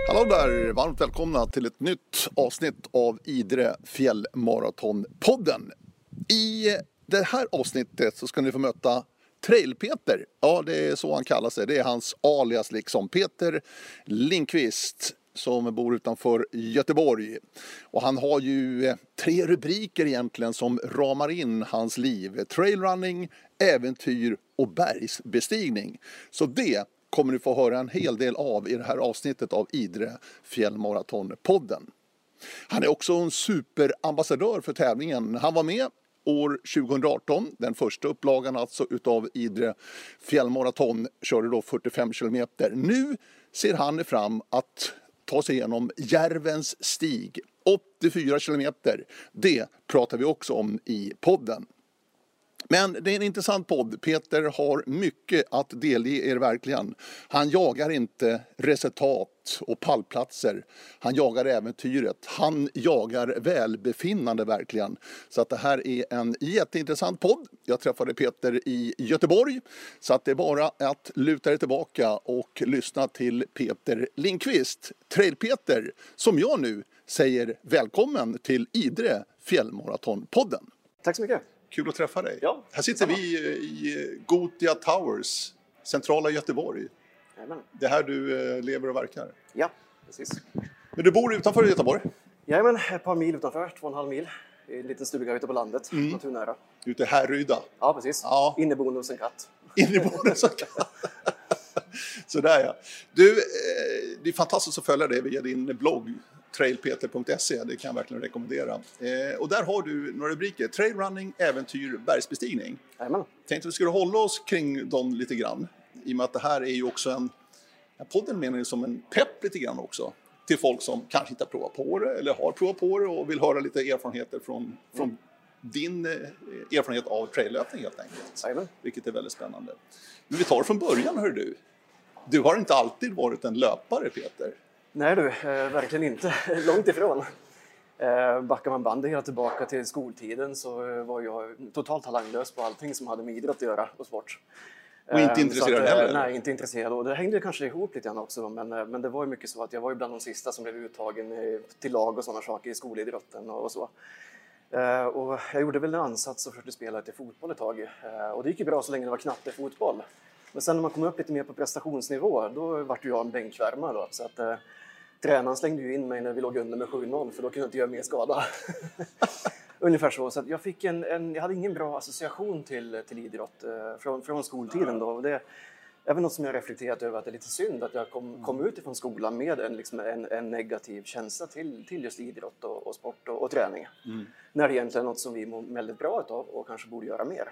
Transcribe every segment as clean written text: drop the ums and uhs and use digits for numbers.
Hallå där! Varmt välkomna till ett nytt avsnitt av Idre fjällmaratonpodden. I det här avsnittet så ska ni få möta Trail-Peter. Ja, det är så han kallar sig. Det är hans alias liksom. Peter Lindqvist som bor utanför Göteborg. Och han har ju 3 rubriker egentligen som ramar in hans liv. Trailrunning, äventyr och bergsbestigning. Så det kommer ni få höra en hel del av i det här avsnittet av Idre fjällmaratonpodden. Han är också en superambassadör för tävlingen. Han var med år 2018, den första upplagan alltså utav Idre fjällmaraton, körde då 45 kilometer. Nu ser han fram att ta sig igenom Järvens stig, 84 kilometer. Det pratar vi också om i podden. Men det är en intressant podd. Peter har mycket att delge er verkligen. Han jagar inte resultat och pallplatser. Han jagar äventyret. Han jagar välbefinnande verkligen. Så att det här är en jätteintressant podd. Jag träffade Peter i Göteborg. Så att det är bara att luta er tillbaka och lyssna till Peter Lindqvist. Trail-Peter, som jag nu säger välkommen till Idre fjällmaratonpodden. Tack så mycket. Kul att träffa dig. Ja, här sitter vi i Gothia Towers, centrala Göteborg. Jajamän. Det är här du lever och verkar. Ja, precis. Men du bor utanför Göteborg? Jajamän, ett par mil utanför, 2,5 mil. I en liten stuga ute på landet, naturnära. Ute i Härryda? Ja, precis. Ja. Inneboende hos en katt. Inneboende hos en katt. Sådär ja. Du, det är fantastiskt att följa dig via din blogg. Trailpeter.se, det kan jag verkligen rekommendera. Och där har du några rubriker. Trailrunning, äventyr, bergsbestigning. Jajamän. Tänkte vi skulle hålla oss kring dem lite grann. I och med att det här är ju också podden menar ju som en pepp lite grann också. Till folk som kanske inte har provat på det eller har provat på det och vill höra lite erfarenheter från din erfarenhet av traillöpning helt enkelt. Jajamän. Vilket är väldigt spännande. Men vi tar det från början, hör du. Du har inte alltid varit en löpare, Peter. Nej du, verkligen inte. Långt ifrån. Backar man bandet hela tillbaka till skoltiden så var jag totalt talanglös på allting som hade med idrott att göra och sport. Och inte intresserad heller? Nej, inte intresserad. Och det hängde kanske ihop lite grann också. Men det var ju mycket så att jag var ju bland de sista som blev uttagen till lag och sådana saker i skolidrotten och så. Och jag gjorde väl en ansats och försökte spela lite fotboll ett tag. Och det gick ju bra så länge det var knattefotboll. Men sen när man kom upp lite mer på prestationsnivå, då var jag en bänkvärmare då. Så att tränaren slängde ju in mig när vi låg under med 7-0, för då kunde jag inte göra mer skada. Ungefär så. Så att jag fick jag hade ingen bra association till idrott från skoltiden då. Och det är väl något som jag reflekterat över, att det är lite synd att jag kom ut ifrån skolan med en negativ känsla till just idrott och sport och träning. När det egentligen är något som vi mår väldigt bra av och kanske borde göra mer.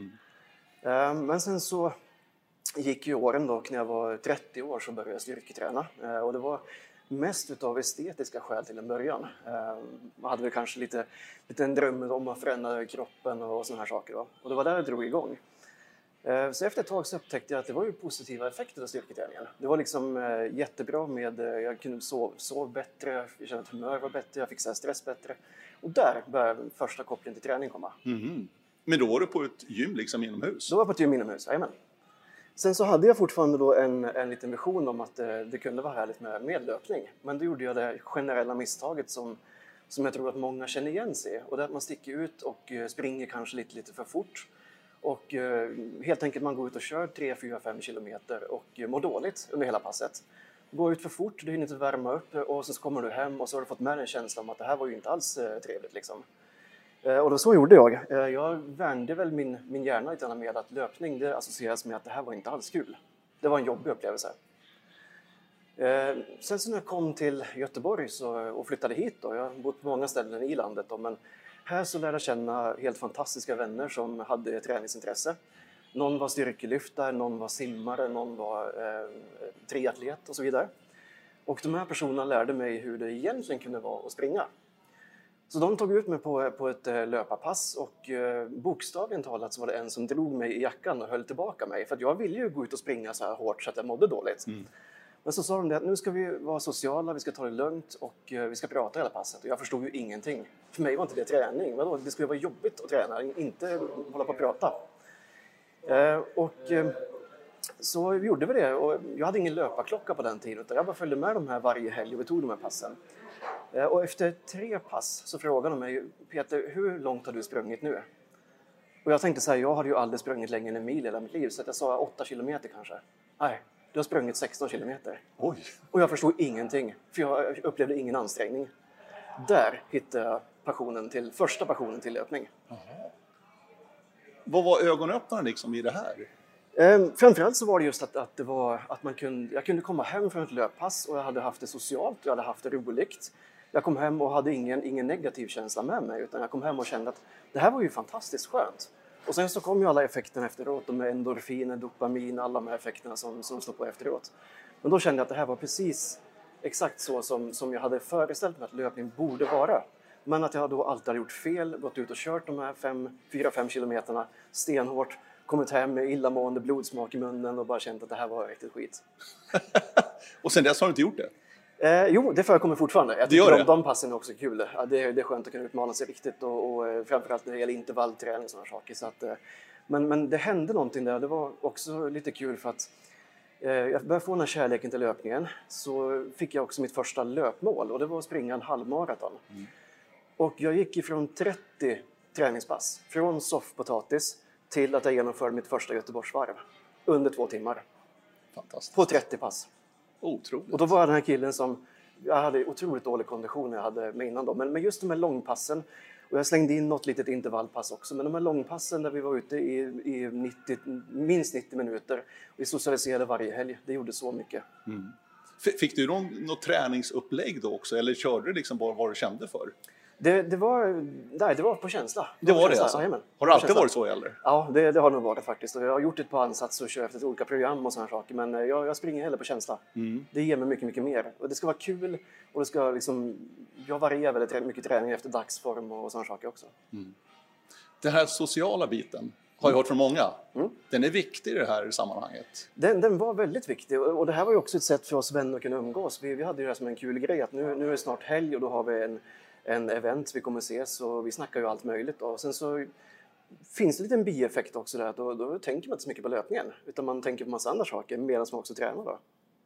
Men sen så gick ju åren då, när jag var 30 år så började jag styrketräna. Och det var mest utav estetiska skäl till en början. Man hade väl kanske lite en dröm om att förändra kroppen och såna här saker då. Och det var där jag drog igång. Så efter ett tag så upptäckte jag att det var ju positiva effekter av styrketräningen. Det var liksom jättebra med, jag kunde sova bättre, jag kände att humör var bättre, jag fick stress bättre. Och där började första kopplingen till träning komma. Men då var du på ett gym liksom inomhus? Då var jag på ett gym inomhus, jajamän. Sen så hade jag fortfarande då en liten vision om att det kunde vara härligt med löpning. Men då gjorde jag det generella misstaget som jag tror att många känner igen sig. Och det är att man sticker ut och springer kanske lite för fort. Och helt enkelt man går ut och kör 3-4-5 kilometer och mår dåligt under hela passet. Går ut för fort, du hinner inte värma upp och så kommer du hem och så har du fått med en känsla om att det här var ju inte alls trevligt liksom. Och då så gjorde jag. Jag vände väl min hjärna lite med att löpning, det associeras med att det här var inte alls kul. Det var en jobbig upplevelse. Sen så när jag kom till Göteborg och flyttade hit då, jag har bott på många ställen i landet då, men här så lärde jag känna helt fantastiska vänner som hade träningsintresse. Någon var styrkelyftare, någon var simmare, någon var triatlet och så vidare. Och de här personerna lärde mig hur det egentligen kunde vara att springa. Så de tog ut mig på ett löparpass och bokstavligen talat så var det en som drog mig i jackan och höll tillbaka mig. För att jag ville ju gå ut och springa så här hårt så att jag mådde dåligt. Men så sa de det att nu ska vi vara sociala, vi ska ta det lugnt och vi ska prata hela passet. Och jag förstod ju ingenting. För mig var inte det träning. Vadå? Det skulle vara jobbigt att träna, inte hålla på och prata. Så gjorde vi det, och jag hade ingen löparklocka på den tiden utan jag bara följde med de här varje helg och vi tog de här passen. Och efter 3 pass så frågade de mig: Peter, hur långt har du sprungit nu? Och jag tänkte så här, jag hade ju aldrig sprungit längre än en mil i hela mitt liv, så att jag sa 8 kilometer kanske. Nej, du har sprungit 16 kilometer. Oj. Och jag förstod ingenting, för jag upplevde ingen ansträngning. Där hittade jag första passionen till löpning. Vad var ögonöppnaren liksom i det här? Framförallt så var det just att jag kunde komma hem från ett löppass och jag hade haft det socialt, jag hade haft det roligt. Jag kom hem och hade ingen negativ känsla med mig, utan jag kom hem och kände att det här var ju fantastiskt skönt. Och sen så kom ju alla effekterna efteråt, de med endorfiner, dopamin, alla de här effekterna som står på efteråt. Men då kände jag att det här var precis exakt så som jag hade föreställt mig att löpning borde vara. Men att jag då alltid hade gjort fel, gått ut och kört de här 4-5 kilometerna stenhårt, kommit hem med illamående, blodsmak i munnen och bara känt att det här var riktigt skit. Och sen dess har du inte gjort det? Jo, det förekommer fortfarande. Jag tycker de passen är också kul. Ja, det är skönt att kunna utmana sig riktigt och framförallt när det gäller intervallträning och sådana saker. Så att, men det hände någonting där. Det var också lite kul för att jag började få den här kärleken till löpningen. Så fick jag också mitt första löpmål och det var att springa en halvmaraton. Och jag gick ifrån 30 träningspass, från soffpotatis till att jag genomförde mitt första Göteborgsvarv under 2 timmar. Fantastiskt. På 30 pass. Otroligt. Och då var jag den här killen som, jag hade otroligt dålig kondition jag hade med innan då, men just de här långpassen, och jag slängde in något litet intervallpass också, men de här långpassen där vi var ute i minst 90 minuter, vi socialiserade varje helg, det gjorde så mycket. Fick du något träningsupplägg då också, eller körde du liksom bara vad du kände för? Det var på känsla. Det var det alltså? Jajamän. Har det alltid varit så eller? Ja, det har nog varit faktiskt. Och jag har gjort ett par ansatser och kör efter olika program och sådana saker. Men jag springer hellre på känsla. Det ger mig mycket, mycket mer. Och det ska vara kul och det ska liksom, jag varierar väldigt mycket träning efter dagsform och sådana saker också. Den här sociala biten har jag hört från många. Den är viktig i det här sammanhanget. Den var väldigt viktig och det här var ju också ett sätt för oss vänner att kunna umgås. Vi hade ju det här som en kul grej att nu är det snart helg och då har vi en event, vi kommer ses och vi snackar ju allt möjligt. Och sen så finns det lite en bieffekt också där, då tänker man inte så mycket på löpningen utan man tänker på massa andra saker medan man också tränar då.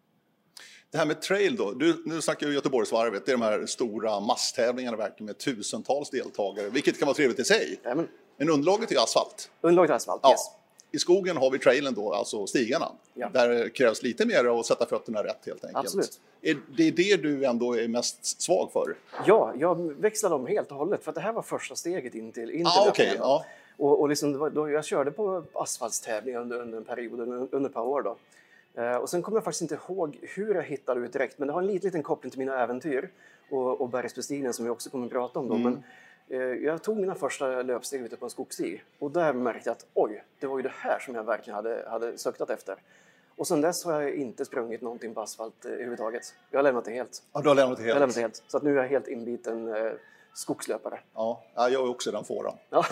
Det här med trail då, nu snackar ju Göteborgsvarvet, det är de här stora masstävlingarna verkligen med tusentals deltagare, vilket kan vara trevligt i sig. Jajamän. Men underlaget är asfalt. Underlaget är asfalt, ja. Yes. I skogen har vi trailen då, alltså stigarna. Ja. Där krävs lite mer att sätta fötterna rätt helt enkelt. Absolut. Det är det du ändå är mest svag för? Ja, jag växlade om helt och hållet för att det här var första steget in till okay, ja. Och liksom, jag körde på asfaltstävlingar under en period, under ett par år då. Och sen kommer jag faktiskt inte ihåg hur jag hittade ut direkt, men det har en liten koppling till mina äventyr och bergsbestigningen som vi också kommer att prata om då. Men jag tog mina första löpsteg ute på en skogsstig och där märkte jag att oj, det var ju det här som jag verkligen hade söktat efter. Och sen dess har jag inte sprungit någonting på asfalt överhuvudtaget. Jag har lämnat det helt. Ja, du har lämnat det helt? Jag har lämnat det helt. Så att nu är jag helt inbiten skogslöpare. Ja, jag är också den fåran. Ja.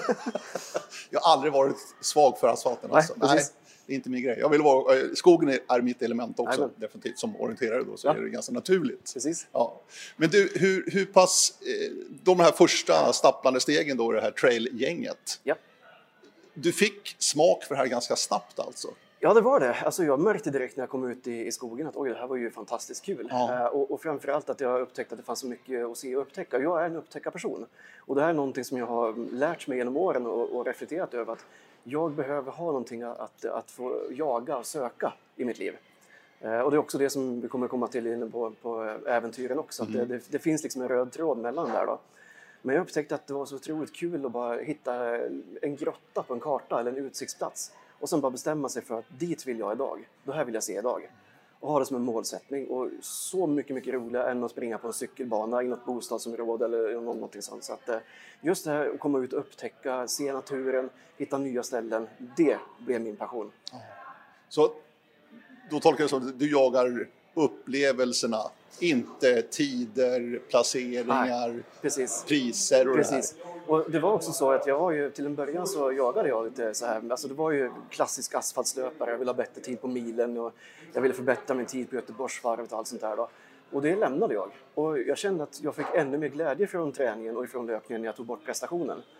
Jag har aldrig varit svag för asfalten. Nej, alltså. Nej, det är inte min grej. Jag vill skogen är mitt element också, Amen. definitivt. Som orienterare då, så är det ganska naturligt. Precis. Ja. Men du, hur pass, de här första stapplande stegen då, det här trailgänget. Ja. Du fick smak för det här ganska snabbt alltså? Ja, det var det. Alltså, jag märkte direkt när jag kom ut i skogen att oj, det här var ju fantastiskt kul. Ja. Och framförallt att jag upptäckte att det fanns så mycket att se och upptäcka. Jag är en upptäckarperson. Och det här är någonting som jag har lärt mig genom åren och reflekterat över att jag behöver ha någonting att få jaga och söka i mitt liv. Och det är också det som vi kommer komma till inne på äventyren också. Att det finns liksom en röd tråd mellan där då. Men jag upptäckte att det var så otroligt kul att bara hitta en grotta på en karta eller en utsiktsplats. Och sen bara bestämma sig för att dit vill jag idag. Det här vill jag se idag. Och ha det som en målsättning. Och så mycket, mycket roligare än att springa på en cykelbana i något bostadsområde eller någonting sånt. Så att just det här att komma ut och upptäcka, se naturen, hitta nya ställen. Det blev min passion. Så då tolkar jag det som att du jagar upplevelserna. Inte tider, placeringar, priser och precis. Det här. Och det var också så att jag var ju, till en början så jagade jag lite så här, alltså det var ju klassisk asfaltslöpare, jag ville ha bättre tid på milen och jag ville förbättra min tid på Göteborgsvarvet och allt sånt där då. Och det lämnade jag. Och jag kände att jag fick ännu mer glädje från träningen och från löpningen när jag tog bort prestationen.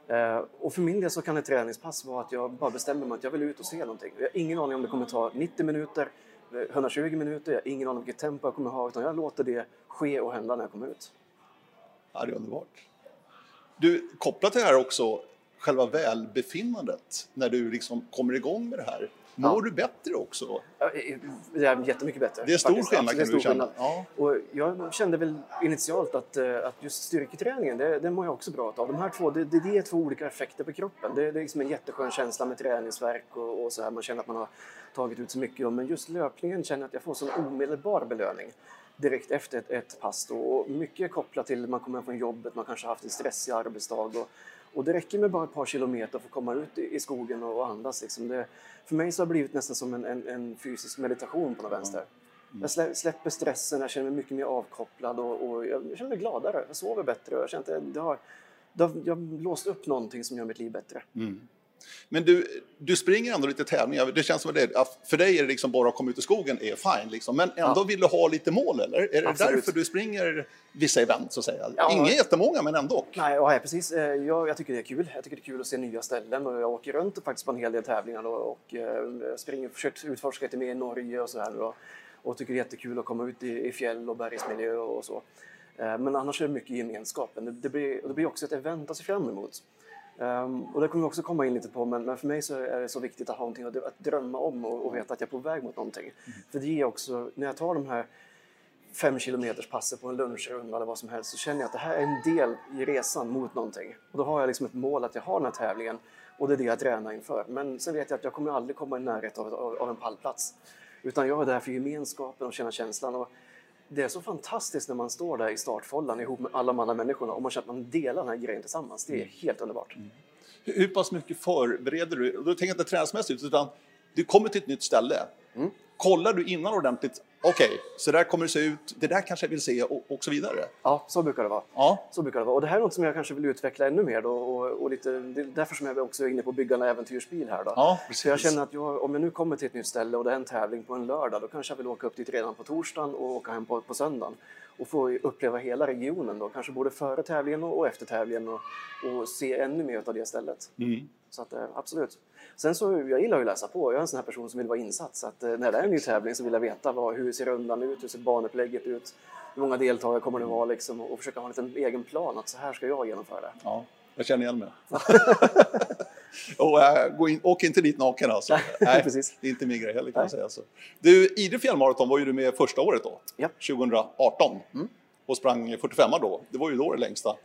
Och för min del så kan ett träningspass vara att jag bara bestämmer mig att jag vill ut och se någonting. Jag har ingen aning om det kommer ta 90 minuter, 120 minuter, jag har ingen aning om vilket tempo jag kommer ha, utan jag låter det ske och hända när jag kommer ut. Ja, det är underbart. Du, kopplat till det här också, själva välbefinnandet, när du liksom kommer igång med det här. Mår du bättre också då? Ja, det är jättemycket bättre. Det är stor skillnad kan du känna. Ja. Och jag kände väl initialt att just styrketräningen, det mår jag också bra av. De här två, det är två olika effekter på kroppen. Det är liksom en jätteskön känsla med träningsvärk och så här. Man känner att man har tagit ut så mycket. Men just löpningen känner jag att jag får en omedelbar belöning direkt efter ett pass. Och mycket kopplat till att man kommer från jobbet, man kanske har haft en stressig arbetsdag. Och det räcker med bara ett par kilometer för att komma ut i skogen och andas. Liksom. För mig så har det blivit nästan som en fysisk meditation på något vänster. Jag släpper stressen, jag känner mig mycket mer avkopplad och jag känner mig gladare. Jag sover bättre och jag känner att jag har låst upp någonting som gör mitt liv bättre. Mm. Men du springer ändå lite tävlingar. Det känns som att för dig är det liksom bara att komma ut i skogen är fine. Liksom. Men ändå vill du ha lite mål, eller? Är det därför du springer vissa event, så att säga? Ja. Inga jättemånga, men ändå. Nej, precis. Jag tycker det är kul. Jag tycker det är kul att se nya ställen. Och jag åker runt faktiskt på en hel del tävlingar. Och springer, försökt utforska lite mer i Norge och så här. Och tycker det är jättekul att komma ut i fjäll och bergsmiljö och så. Men annars är det mycket gemenskapen. Det blir också ett event att se fram emot. Och det kommer vi också komma in lite på, men för mig så är det så viktigt att ha någonting att drömma om och veta att jag är på väg mot någonting. För det är också, när jag tar de här 5 kilometers passer på en lunchrunda eller vad som helst, så känner jag att det här är en del i resan mot någonting. Och då har jag liksom ett mål att jag har den här tävlingen och det är det jag tränar inför. Men sen vet jag att jag kommer aldrig komma i närheten av en pallplats. Utan jag är där för gemenskapen och känna känslan. Och det är så fantastiskt när man står där i startfållan ihop med alla de andra människorna och man känner att man delar den här grejen tillsammans. Det är helt underbart. Mm. Hur pass mycket förbereder du? Du tänker inte träningsmässigt, utan du kommer till ett nytt ställe. Mm. Kollar du innan ordentligt? Okej, så där kommer det se ut. Det där kanske jag vill se och så vidare. Ja, så brukar det vara. Ja. Så brukar det vara. Och det här är något som jag kanske vill utveckla ännu mer. Då, och lite, det är därför som jag också är inne på att bygga en äventyrsbil här. Då. Ja, så jag känner att om jag nu kommer till ett nytt ställe och det är en tävling på en lördag, då kanske jag vill åka upp dit redan på torsdagen och åka hem på söndagen. Och få uppleva hela regionen då. Kanske både före tävlingen och efter tävlingen och se ännu mer av det stället. Mm. Så att absolut. Sen så, jag gillar att läsa på. Jag är en sån här person som vill vara insatt. Så att när det är en ny tävling så vill jag veta hur ser rundan ut, hur ser banupplägget ut, hur många deltagare kommer det vara liksom, och försöka ha en liten egen plan att så här ska jag genomföra det. Ja, jag känner igen mig. Åk inte dit naken alltså. Nej, precis. Det är inte min grej heller kan jag säga. Så. Du, Idre fjällmaraton var ju du med första året då, 2018. Och sprang 45 då. Det var ju då det längsta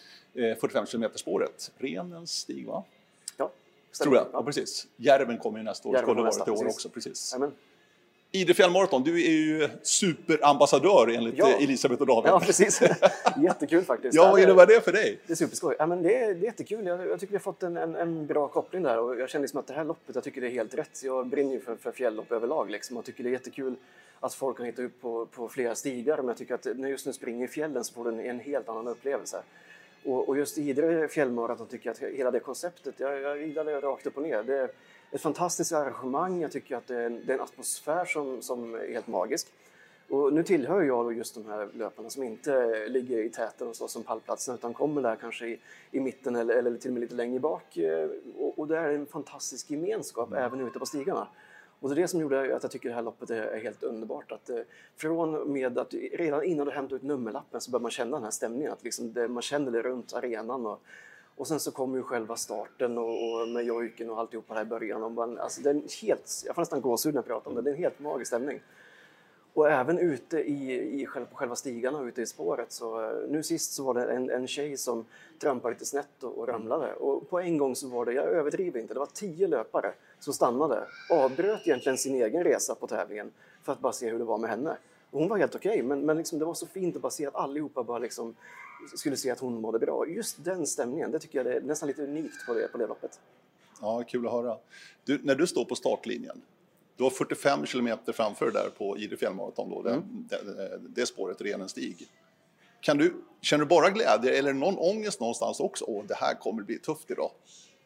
45 km-spåret. Renens stig, va? Ja. Tror jag. Ja, precis. Järven kommer ju nästa år. Skulle varit i år också, precis. Amen. Idre fjällmaraton, du är ju superambassadör enligt Elisabeth och David. Ja, precis. Jättekul faktiskt. Ja, vad innebär det för dig? Det är superskoj. Ja, men det är jättekul. Jag tycker vi har fått en bra koppling där. Och jag känner liksom att det här loppet, jag tycker det är helt rätt. Jag brinner ju för fjälllopp överlag liksom. Och tycker det är jättekul att folk kan hitta upp på flera stigar. Men jag tycker att när just nu springer i fjällen så får du en helt annan upplevelse. Och just Idre fjällmaraton tycker jag att hela det konceptet, jag gillar det rakt upp och ner. Det är ett fantastiskt arrangemang. Jag tycker att det är en atmosfär som är helt magisk. Och nu tillhör jag då just de här löparna som inte ligger i täten och så som pallplatsen, utan kommer där kanske i mitten eller till och med lite längre bak. Och det är en fantastisk gemenskap även ute på stigarna. Och det är det som gjorde att jag tycker det här loppet är helt underbart. Att från med att redan innan du hämtar ut nummerlappen så börjar man känna den här stämningen. Att liksom man känner det runt arenan. Och sen så kommer ju själva starten och med jojken och alltihopa här i början. Och alltså det är jag får nästan gåshud när jag pratar om det. Det är en helt magisk stämning. Och även ute på själva stigarna och ute i spåret. Så nu sist så var det en tjej som trampade lite snett och ramlade. Och på en gång så var det, jag överdriver inte, det var 10 löpare som stannade. Avbröt egentligen sin egen resa på tävlingen för att bara se hur det var med henne. Och hon var helt okej, men liksom det var så fint att bara se att allihopa bara liksom skulle se att hon mådde bra. Just den stämningen, det tycker jag är nästan lite unikt på det loppet. Ja, kul att höra. När du står på startlinjen, du har 45 kilometer framför där på Idre fjällmaraton då, det spåret, Renens stig. Känner du bara glädje eller någon ångest någonstans också? Det här kommer bli tufft idag.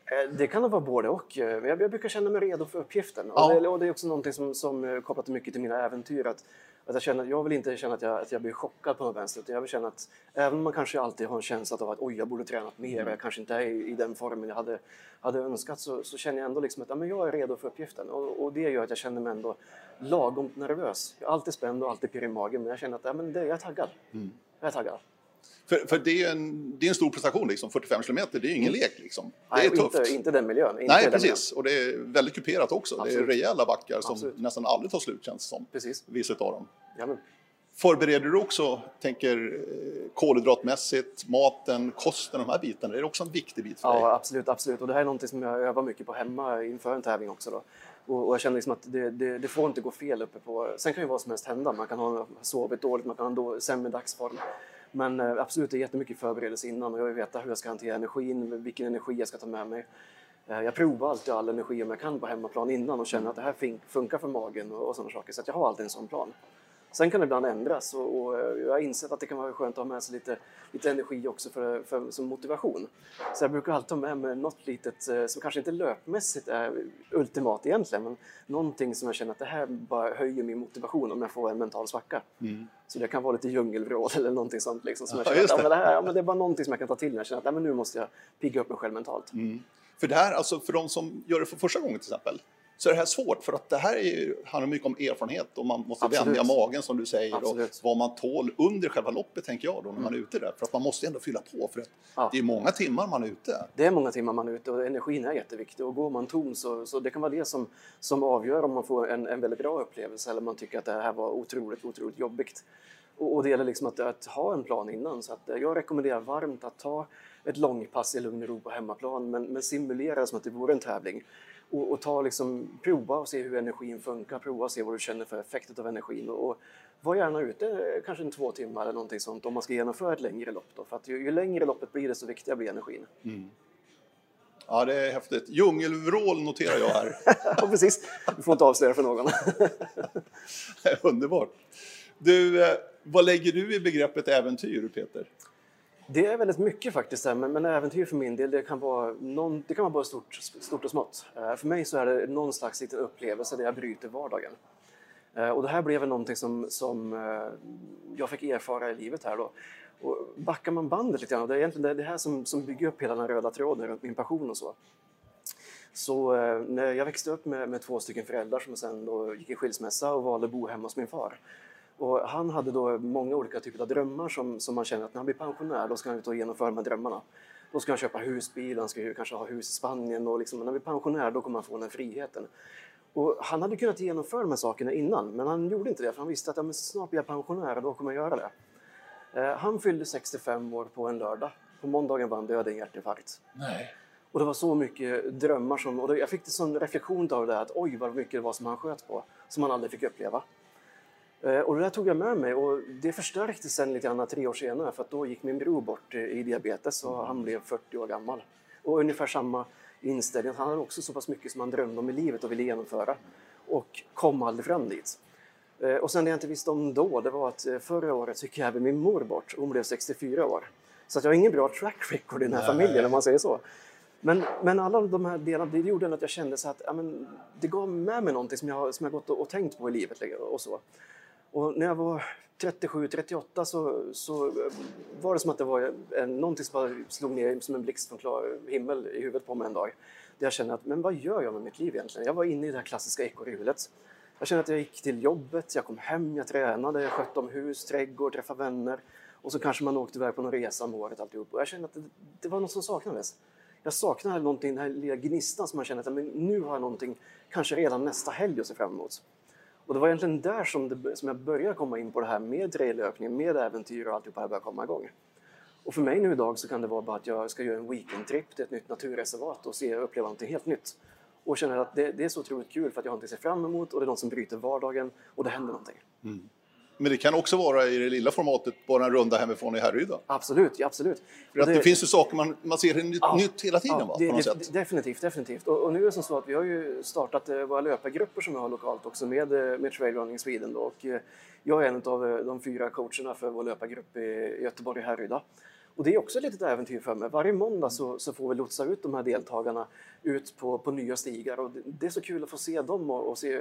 Det kan vara både och. Jag brukar känna mig redo för uppgiften. Ja. Och det är också någonting som kopplat mycket till mina äventyr. Att jag vill inte känna att jag blir chockad på något vänster. Jag vill känna att även om man kanske alltid har en känsla av att oj, jag borde tränat mer. Jag kanske inte är i den formen jag hade önskat. Så känner jag ändå liksom att men jag är redo för uppgiften. Och det gör att jag känner mig ändå lagom nervös. Jag är alltid spänd och alltid pirr i magen. Men jag känner att jag är taggad. Jag är taggad. För det är en stor prestation, liksom. 45 kilometer, det är ju ingen lek. Liksom. Det är tufft. Inte den miljön. Nej, precis. Och det är väldigt kuperat också. Absolut. Det är rejäla backar som Absolut. nästan aldrig tar slut, känns det som. Precis. Vissa av dem. Jamen. Förbereder du också, tänker kolhydratmässigt, maten, kosten, de här bitarna? Är det också en viktig bit för dig? Ja, absolut. Och det här är någonting som jag övar mycket på hemma inför en tävling också då. Och jag känner liksom att det får inte gå fel uppe på... Sen kan ju vad som helst hända. Man kan ha sovit dåligt, man kan ha sämre dagsform. Men absolut, det är jättemycket förberedelse innan och jag vill veta hur jag ska hantera energin, vilken energi jag ska ta med mig. Jag provar alltid all energi om jag kan på hemmaplan innan och känner att det här funkar för magen och sådana saker. Så att jag har alltid en sån plan. Sen kan det ibland ändras och jag har insett att det kan vara skönt att ha med sig lite energi också som motivation. Så jag brukar alltid ha med mig något litet som kanske inte löpmässigt är ultimat egentligen, men någonting som jag känner att det här bara höjer min motivation om jag får en mental svacka. Så det kan vara lite djungelvrål eller någonting sånt liksom, som jag känner att det är bara någonting som jag kan ta till när jag känner att nu måste jag pigga upp mig själv mentalt. För det här, alltså för de som gör det för första gången till exempel, så är det här svårt, för att det här handlar mycket om erfarenhet och man måste vänja magen som du säger och vad man tål under själva loppet, tänker jag då, när man är ute där. För att man måste ändå fylla på, för att det är många timmar man är ute. Det är många timmar man är ute och energin är jätteviktig, och går man tom så det kan vara det som avgör om man får en väldigt bra upplevelse eller man tycker att det här var otroligt jobbigt. Och det gäller liksom att ha en plan innan, så att jag rekommenderar varmt att ta ett långpass i lugn och ro på hemmaplan, men simulera som att det vore en tävling. Och prova och se hur energin funkar, prova och se vad du känner för effektet av energin. Och var gärna ute kanske 2 timmar eller någonting sånt om man ska genomföra ett längre lopp. Då. För att ju längre loppet blir, desto viktigare blir energin. Ja, det är häftigt. Djungelvrål noterar jag här. Ja, precis. Du får inte avslöja för någon. Underbart. Du, vad lägger du i begreppet äventyr, Peter? Det är väldigt mycket faktiskt, men äventyr för min del, det kan vara både stort och smått. För mig så är det någon slags liten upplevelse där jag bryter vardagen. Och det här blev väl någonting som jag fick erfara i livet här då. Och backar man bandet lite grann, och det är egentligen det här som bygger upp hela den röda tråden runt min passion och så. Så när jag växte upp med 2 stycken föräldrar som sen då gick i skilsmässa och valde att bo hemma hos min far. Och han hade då många olika typer av drömmar som man känner att när han blir pensionär, då ska han ut och genomföra de här drömmarna. Då ska han köpa husbil, han ska kanske ha hus i Spanien och liksom, när han blir pensionär då kommer han få den friheten. Och han hade kunnat genomföra de här sakerna innan, men han gjorde inte det för han visste att snart blir jag pensionär och då kommer jag göra det. Han fyllde 65 år på en lördag. På måndagen var han död i en hjärtinfarkt. Nej. Och det var så mycket drömmar och jag fick en sån reflektion av det att oj vad mycket det var som han sköt på, som han aldrig fick uppleva. Och det där tog jag med mig och det förstärktes sen lite grann 3 år senare, för att då gick min bror bort i diabetes och han blev 40 år gammal. Och ungefär samma inställning, han hade också så pass mycket som han drömde om i livet och ville genomföra och kom aldrig fram dit. Och sen det jag inte visste om då, det var att förra året så gick även min mor bort, hon blev 64 år. Så att jag har ingen bra track record i den här familjen om man säger så. Men alla de här delarna, det gjorde att jag kände så att det gav med mig någonting som jag gått och tänkt på i livet och så. Och när jag var 37-38 så var det som att det var någonting som bara slog ner som en blixt från klar himmel i huvudet på mig en dag. Där jag kände att, men vad gör jag med mitt liv egentligen? Jag var inne i det här klassiska ekorrhjulet. Jag kände att jag gick till jobbet, jag kom hem, jag tränade, jag skötte om hus, trädgård, träffade vänner. Och så kanske man åkte iväg på någon resa om året alltihop. Och jag kände att det var något som saknades. Jag saknade någonting, den här lilla gnistan som man kände att men nu har jag någonting, kanske redan nästa helg att se fram emot. Och det var egentligen där som jag började komma in på det här med traillöpning, med äventyr och alltihop här började komma igång. Och för mig nu idag så kan det vara bara att jag ska göra en weekendtrip till ett nytt naturreservat och uppleva någonting helt nytt. Och känner att det är så otroligt kul för att jag har någonting att se fram emot och det är någon som bryter vardagen och det händer någonting. Mm. Men det kan också vara i det lilla formatet bara en runda hemifrån i Härryda. Absolut, ja, absolut. För att det finns ju saker man ser nytt hela tiden på något sätt. Definitivt. Och nu är det som så att vi har ju startat våra löpargrupper som vi har lokalt också med Trail Running Sweden då. Och jag är en av de 4 coacherna för vår löpargrupp i Göteborg och Härryda. Och det är också ett litet äventyr för mig. Varje måndag så får vi lotsa ut de här deltagarna ut på nya stigar. Och det är så kul att få se dem och se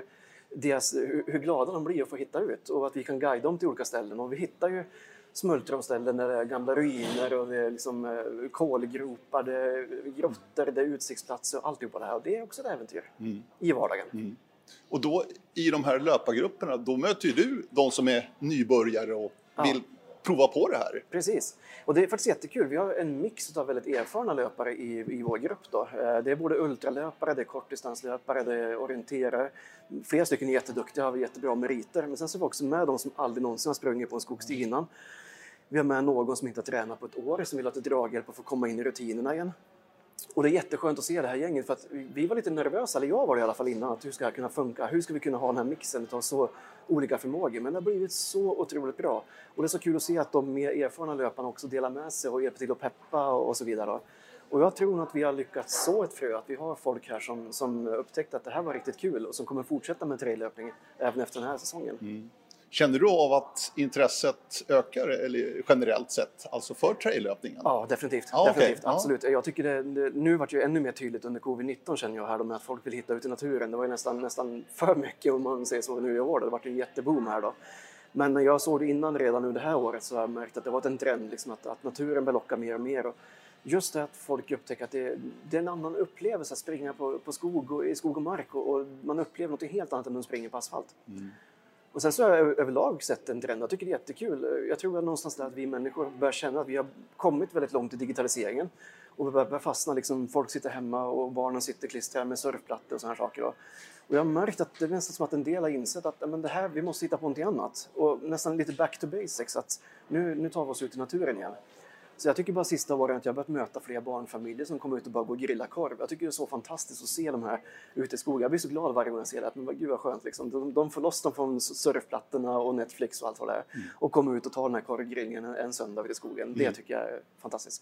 hur glada de blir att få hitta ut. Och att vi kan guida dem till olika ställen. Och vi hittar ju smultronställen där det är gamla ruiner och det är liksom kolgropar, det är grottor, det är utsiktsplatser och alltihopa det här. Och det är också ett äventyr i vardagen. Och då i de här löpargrupperna, då möter ju du de som är nybörjare och vill prova på det här. Precis. Och det är faktiskt jättekul. Vi har en mix av väldigt erfarna löpare i vår grupp då. Det är både ultralöpare, det är kortdistanslöpare, det är orienterare. Flera stycken är jätteduktiga, har jättebra meriter. Men sen så är vi också med de som aldrig någonsin har sprungit på en skogsstig innan. Vi har med någon som inte har tränat på ett år, som vill ha lite draghjälp och få komma in i rutinerna igen. Och det är jätteskönt att se det här gänget, för att vi var lite nervösa, eller jag var det i alla fall innan, att hur ska det kunna funka? Hur ska vi kunna ha den här mixen av så olika förmågor? Men det har blivit så otroligt bra. Och det är så kul att se att de mer erfarna löparna också delar med sig och hjälper till att peppa och så vidare. Och jag tror nog att vi har lyckats så ett frö, att vi har folk här som upptäckte att det här var riktigt kul och som kommer fortsätta med traillöpning även efter den här säsongen. Känner du av att intresset ökar eller generellt sett, alltså för traillöpningen? Ja, definitivt. Absolut. Jag tycker nu vart det ju ännu mer tydligt under covid-19, känner jag här, med att folk vill hitta ut i naturen. Det var ju nästan för mycket, om man säger så, nu i år. Det vart ju en jätteboom här då. Men jag såg det innan redan nu det här året, så har jag märkt att det var en trend liksom, att naturen belockar mer och mer. Och just det att folk upptäcker att det är en annan upplevelse att springa på skog i skog och mark, och man upplever något helt annat än när man springer på asfalt. Och sen så har jag överlag sett en trend. Jag tycker det är jättekul. Jag tror att någonstans där att vi människor börjar känna att vi har kommit väldigt långt i digitaliseringen. Och vi börjar fastna, liksom, folk sitter hemma och barnen sitter klistrade med surfplattor och såna här saker. Och jag har märkt att det är nästan som att en del har insett att men det här, vi måste hitta på någonting annat. Och nästan lite back to basics, att nu tar vi oss ut i naturen igen. Så jag tycker bara sista året att jag har börjat möta fler barnfamiljer som kommer ut och bara går och grillar korv. Jag tycker det är så fantastiskt att se de här ute i skogen. Jag blir så glad varje gång jag ser det. Men gud vad skönt liksom. De får loss dem från surfplattorna och Netflix och allt vad det är. Och kommer ut och tar den här korvgrillningen en söndag ute i skogen. Det tycker jag är fantastiskt.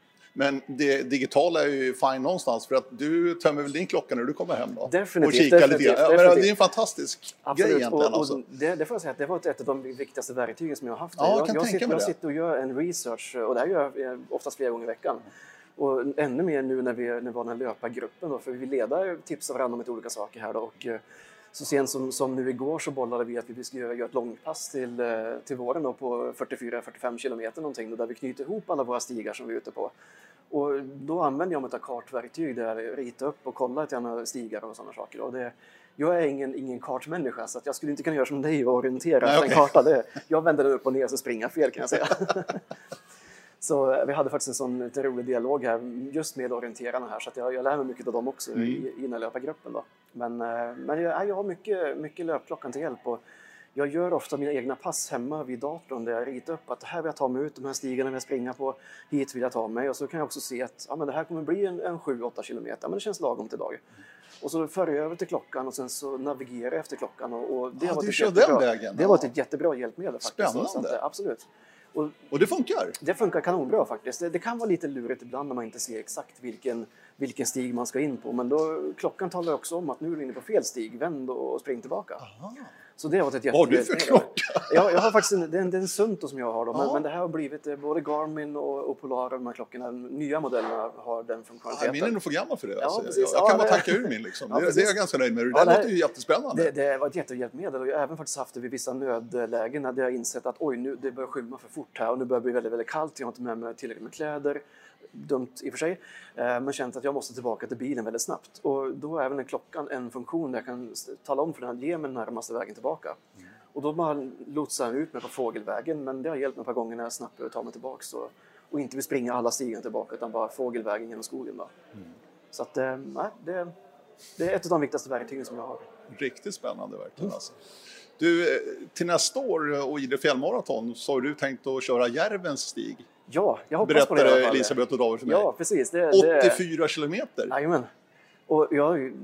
Men det digitala är ju fine någonstans, för att du tömmer väl din klocka när du kommer hem då? Definitivt. Och kikar lite. Ja, men det är en fantastisk grej egentligen. Och det får jag säga att det var ett av de viktigaste verktygen som jag har haft. Ja, jag sitter och gör en research, och det här gör jag oftast flera gånger i veckan. Och ännu mer nu när vi var den här löpargruppen då, för vi ledare tipsar varandra om lite olika saker här då. Och så sent som nu igår så bollade vi att vi ska göra ett långpass till våren då, på 44-45 kilometer någonting då, där vi knyter ihop alla våra stigar som vi är ute på. Och då använder jag mig av kartverktyg där jag ritar upp och kollar till gärna stigar och sådana saker. Och jag är ingen kartmänniska, så att jag skulle inte kunna göra som dig och orientera efter en karta. Jag vänder den upp och ner så springer fel, kan jag säga. Så vi hade faktiskt en sån lite rolig dialog här just med orienterarna här, så att jag lär mig mycket av dem också i den här löpargruppen då. Men jag har mycket löpklockan till hjälp, och jag gör ofta mina egna pass hemma vid datorn där jag ritar upp att här vill jag ta mig ut, de här stigarna vill jag springa på, hit vill jag ta mig, och så kan jag också se att men det här kommer bli en 7-8 kilometer, men det känns lagom till dag. Och så för jag över till klockan och sen så navigerar jag efter klockan, och det har varit ett jättebra hjälpmedel faktiskt. Spännande. Så att, absolut. Och det funkar? Det funkar kanonbra faktiskt. Det kan vara lite lurigt ibland när man inte ser exakt vilken stig man ska in på. Men då, klockan talar också om att nu är du inne på fel stig. Vänd och spring tillbaka. Aha. Så det har varit ett vad har du för klocka? Jag har faktiskt det är en Sunto som jag har då. Men det här har blivit både Garmin och Polar, de här klockorna. Nya modellerna har den funktionaliteten. Min är nog för gammal för det. Ja, alltså. Jag kan bara tacka ur min liksom. Det är jag ganska nöjd med. Det låter ju jättespännande. Det var ett jättehjälpmedel, och jag har även faktiskt haft det vid vissa nödlägen där jag har insett att nu det börjar skymma för fort här och nu börjar det bli väldigt, väldigt kallt. Jag har inte med mig tillräckligt med kläder. Dumt i och för sig, men känt att jag måste tillbaka till bilen väldigt snabbt. Och då är även klockan en funktion där jag kan tala om för den att ge mig den närmaste vägen tillbaka. Och då bara lotsar jag ut mig på fågelvägen, men det har hjälpt mig ett par gånger när jag snabbt behöver ta mig tillbaka och inte vill springa alla stigen tillbaka, utan bara fågelvägen genom skogen då. Så att det är ett av de viktigaste verktygen som jag har. Riktigt spännande verkligen alltså. Du, till nästa år och Idre fjällmaraton så har du tänkt att köra Järvens stig. Ja, jag hoppas på det. Berättade Elisabeth och David för mig. Ja, precis. 84 kilometer. Jajamän. Och den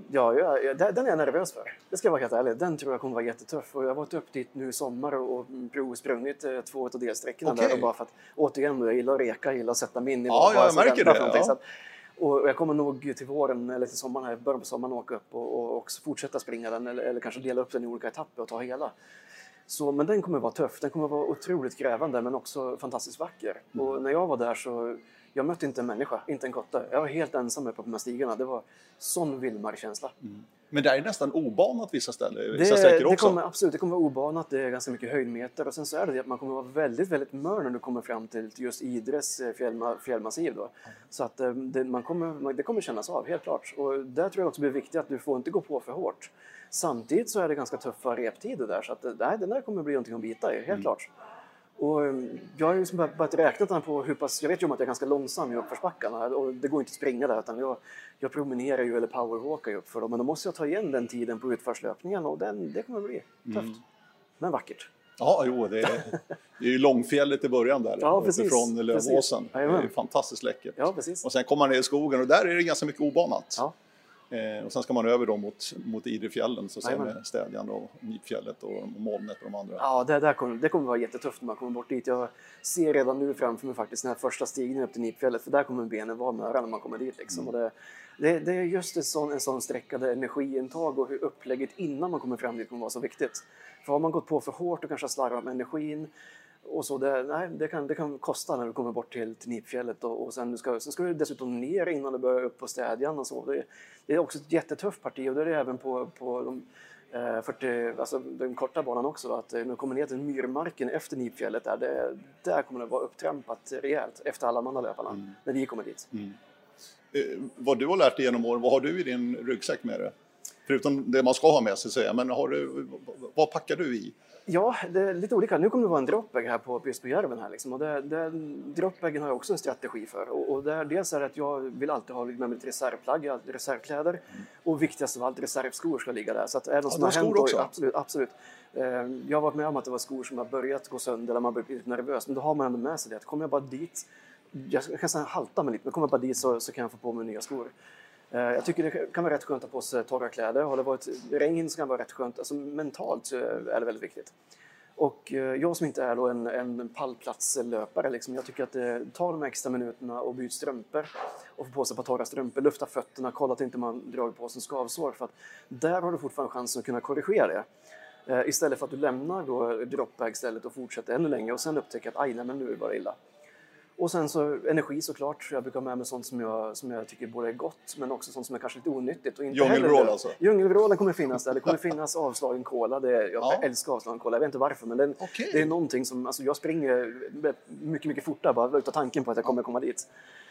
är jag nervös för. Det ska jag vara helt ärlig. Den tror jag kommer vara jättetufff. Och jag har varit upp dit nu i sommar och provsprungit 2 av delsträckorna där. Och bara för att, återigen, jag gillar att reka, jag gillar att sätta min i. Ja, jag märker det. Ja. Och jag kommer nog till våren eller till sommaren här, början på sommaren, åka upp och också fortsätta springa den eller kanske dela upp den i olika etapper och ta hela. Så, men den kommer vara tuff, den kommer vara otroligt krävande men också fantastiskt vacker. Och när jag var där så, jag mötte inte en människa, inte en kotte. Jag var helt ensam uppe på de här stigarna, det var sån vildmarkskänsla. Men det är nästan obanat vissa ställen, vissa sträckor också. Absolut, det kommer vara obanat, det är ganska mycket höjdmeter och sen så är det att man kommer vara väldigt, väldigt mör när du kommer fram till just Idres fjällmassiv då. Så att det kommer kännas av, helt klart. Och där tror jag också blir viktigt att du får inte gå på för hårt. Samtidigt så är det ganska tuffa reptider där så att den där kommer bli någonting att bita i, helt klart. Och jag har ju liksom börjat räkna på hur pass, jag vet ju om att jag är ganska långsam i uppförsbackarna och det går inte att springa där utan jag promenerar ju eller powerwalkar ju upp för dem men då måste jag ta igen den tiden på utförslöpningen och det kommer bli tufft. Men vackert. Ja, jo, det är ju långfjället i början där, från Lövåsen. Det är fantastiskt läckert. Ja, precis. Och sen kommer man ner i skogen och där är det ganska mycket obanat. Ja. Och sen ska man över då mot Idrefjällen så sen med Städjan och Nipfjället och Molnet och de andra. Ja, det kommer vara jättetufft när man kommer bort dit. Jag ser redan nu framför mig faktiskt den här första stigningen upp till Nipfjället för där kommer benen vara möra när man kommer dit liksom. Och det är just en sån sträcka där energiintag och hur upplägget innan man kommer fram dit kommer vara så viktigt. För har man gått på för hårt och kanske slarvat med energin och så det kan kosta när du kommer bort till Nipfjället och sen ska du dessutom ner innan du börjar upp på Städjan och så. Det är också ett jättetufft parti och det är det även på de 40, alltså den korta banan också då, att när du kommer ner till myrmarken efter Nipfjället där kommer det vara upptrampat rejält efter alla mandalöparna när vi kommer dit. Vad du har lärt dig genom åren, vad har du i din ryggsäck med dig? Förutom det man ska ha med sig säga, men vad packar du i? Ja, det är lite olika. Nu kommer det vara en dropbag här på Järven här liksom. Och dropbagen har jag också en strategi för. Och dels är det att jag vill alltid ha med mig ett reservplagg, reservkläder. Och viktigast av allt, reservskor ska ligga där. Så att är det som skor också? Absolut. Jag har varit med om att det var skor som har börjat gå sönder eller man blir lite nervös. Men då har man ändå med sig det. Att kommer jag bara dit, jag kan säga halta mig lite, men kommer jag bara dit så kan jag få på mig nya skor. Jag tycker det kan vara rätt skönt att ha på sig torra kläder. Har det varit regn så kan det vara rätt skönt. Alltså mentalt så är det väldigt viktigt. Och jag som inte är då en pallplatslöpare, liksom, jag tycker att ta de extra minuterna och byta strumpor och få på sig på torra strumpor, lufta fötterna, kolla att inte man drar på sig skavsår. För att där har du fortfarande chansen att kunna korrigera det. Istället för att du lämnar då dropbag stället och fortsätter ännu längre och sen upptäcker att aj, nej, men nu är det bara illa. Och sen så energi såklart. Jag brukar ha med mig sånt som jag tycker både är gott men också sånt som är kanske lite onyttigt. Djungelvrål alltså? Djungelvrålen kommer finnas där. Det kommer finnas avslagen kola. Jag älskar avslagen kola. Jag vet inte varför men det är någonting som... Alltså jag springer mycket, mycket fortare bara utav tanken på att jag kommer komma dit.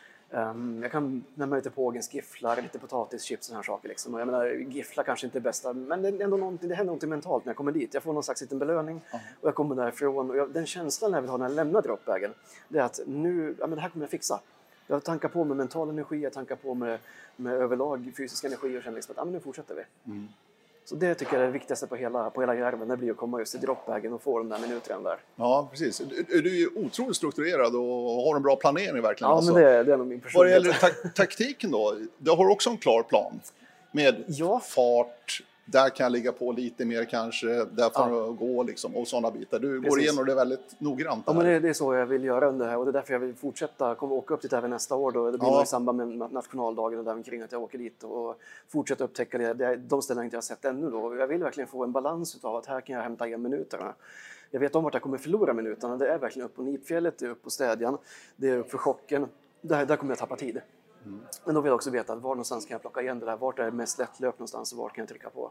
Jag kan nämna lite pågens gifflar, lite potatischips och här saker liksom. Och jag menar, gifflar kanske inte är bästa, men det är ändå någonting, det händer någonting mentalt när jag kommer dit. Jag får någon slags liten belöning och jag kommer därifrån. Och den känslan jag vill ha när jag lämnar dropbagen, det är att nu, det här kommer jag fixa. Jag tankar på med mental energi, jag tankar på med överlag fysisk energi och känner liksom att nu fortsätter vi. Så det tycker jag är det viktigaste på hela Järven, det blir att komma just till dropbagen och få de där minuterna där. Ja, precis. Du är ju otroligt strukturerad och har en bra planering verkligen. Ja, men det är nog min personlighet. Vad gäller taktiken då, du har också en klar plan med fart. Där kan jag ligga på lite mer kanske, där får jag gå liksom, och sådana bitar. Du går igenom det väldigt noggrant. Ja, men det är så jag vill göra under det här och det är därför jag vill fortsätta, kommer åka upp dit även nästa år då. Det blir i samband med nationaldagen och där omkring att jag åker dit och fortsätter upptäcka de ställen jag inte har sett ännu då. Jag vill verkligen få en balans utav att här kan jag hämta igen minuterna. Jag vet om vart jag kommer förlora minuterna. Det är verkligen upp på Nipfjället, det är upp på Städjan, det är upp för chocken. Där kommer jag tappa tid. Men då vill jag också veta att var någonstans kan jag plocka igen det där. Vart är det mest lättlöp någonstans och vart kan jag trycka på.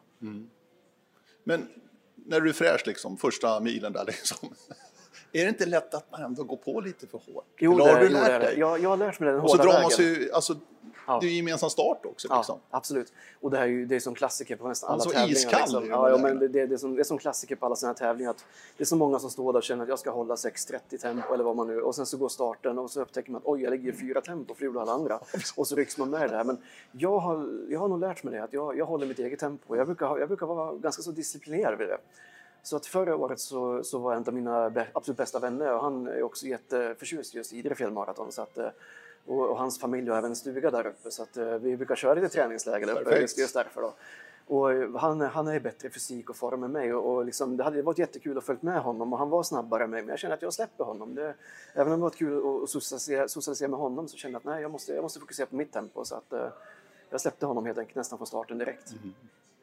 Men när du är fräsch liksom, första milen där liksom. Är det inte lätt att man ändå går på lite för hårt? Jo, eller har du lärt dig? Jag har lärt mig den hårda vägen. Och så drar man sig, alltså, det är ju gemensam start också. Liksom. Ja, absolut. Och det är som klassiker på nästan alla tävlingar. Iskall, liksom. Men det är som klassiker på alla sådana här tävlingar. Att det är så många som står där och känner att jag ska hålla 6:30 tempo eller vad man nu. Och sen så går starten och så upptäcker man att oj, jag ligger 4 tempo för alla andra. Och så rycks man med det här. Men jag har nog lärt mig det. Att jag håller mitt eget tempo. Jag brukar vara ganska så disciplinerad vid det. Så att förra året så var en av mina absolut bästa vänner och han är också jätteförtjust just i Idre fjällmaraton. Så att, och hans familj har även en stuga där uppe så att vi brukar köra lite träningsläger där uppe just därför då. Och han är i bättre fysik och form än mig och liksom, det hade varit jättekul att följa med honom och han var snabbare än mig men jag känner att jag släpper honom. Även om det var kul att socialisera med honom så känner jag att nej, jag måste fokusera på mitt tempo så att jag släppte honom helt enkelt nästan från starten direkt.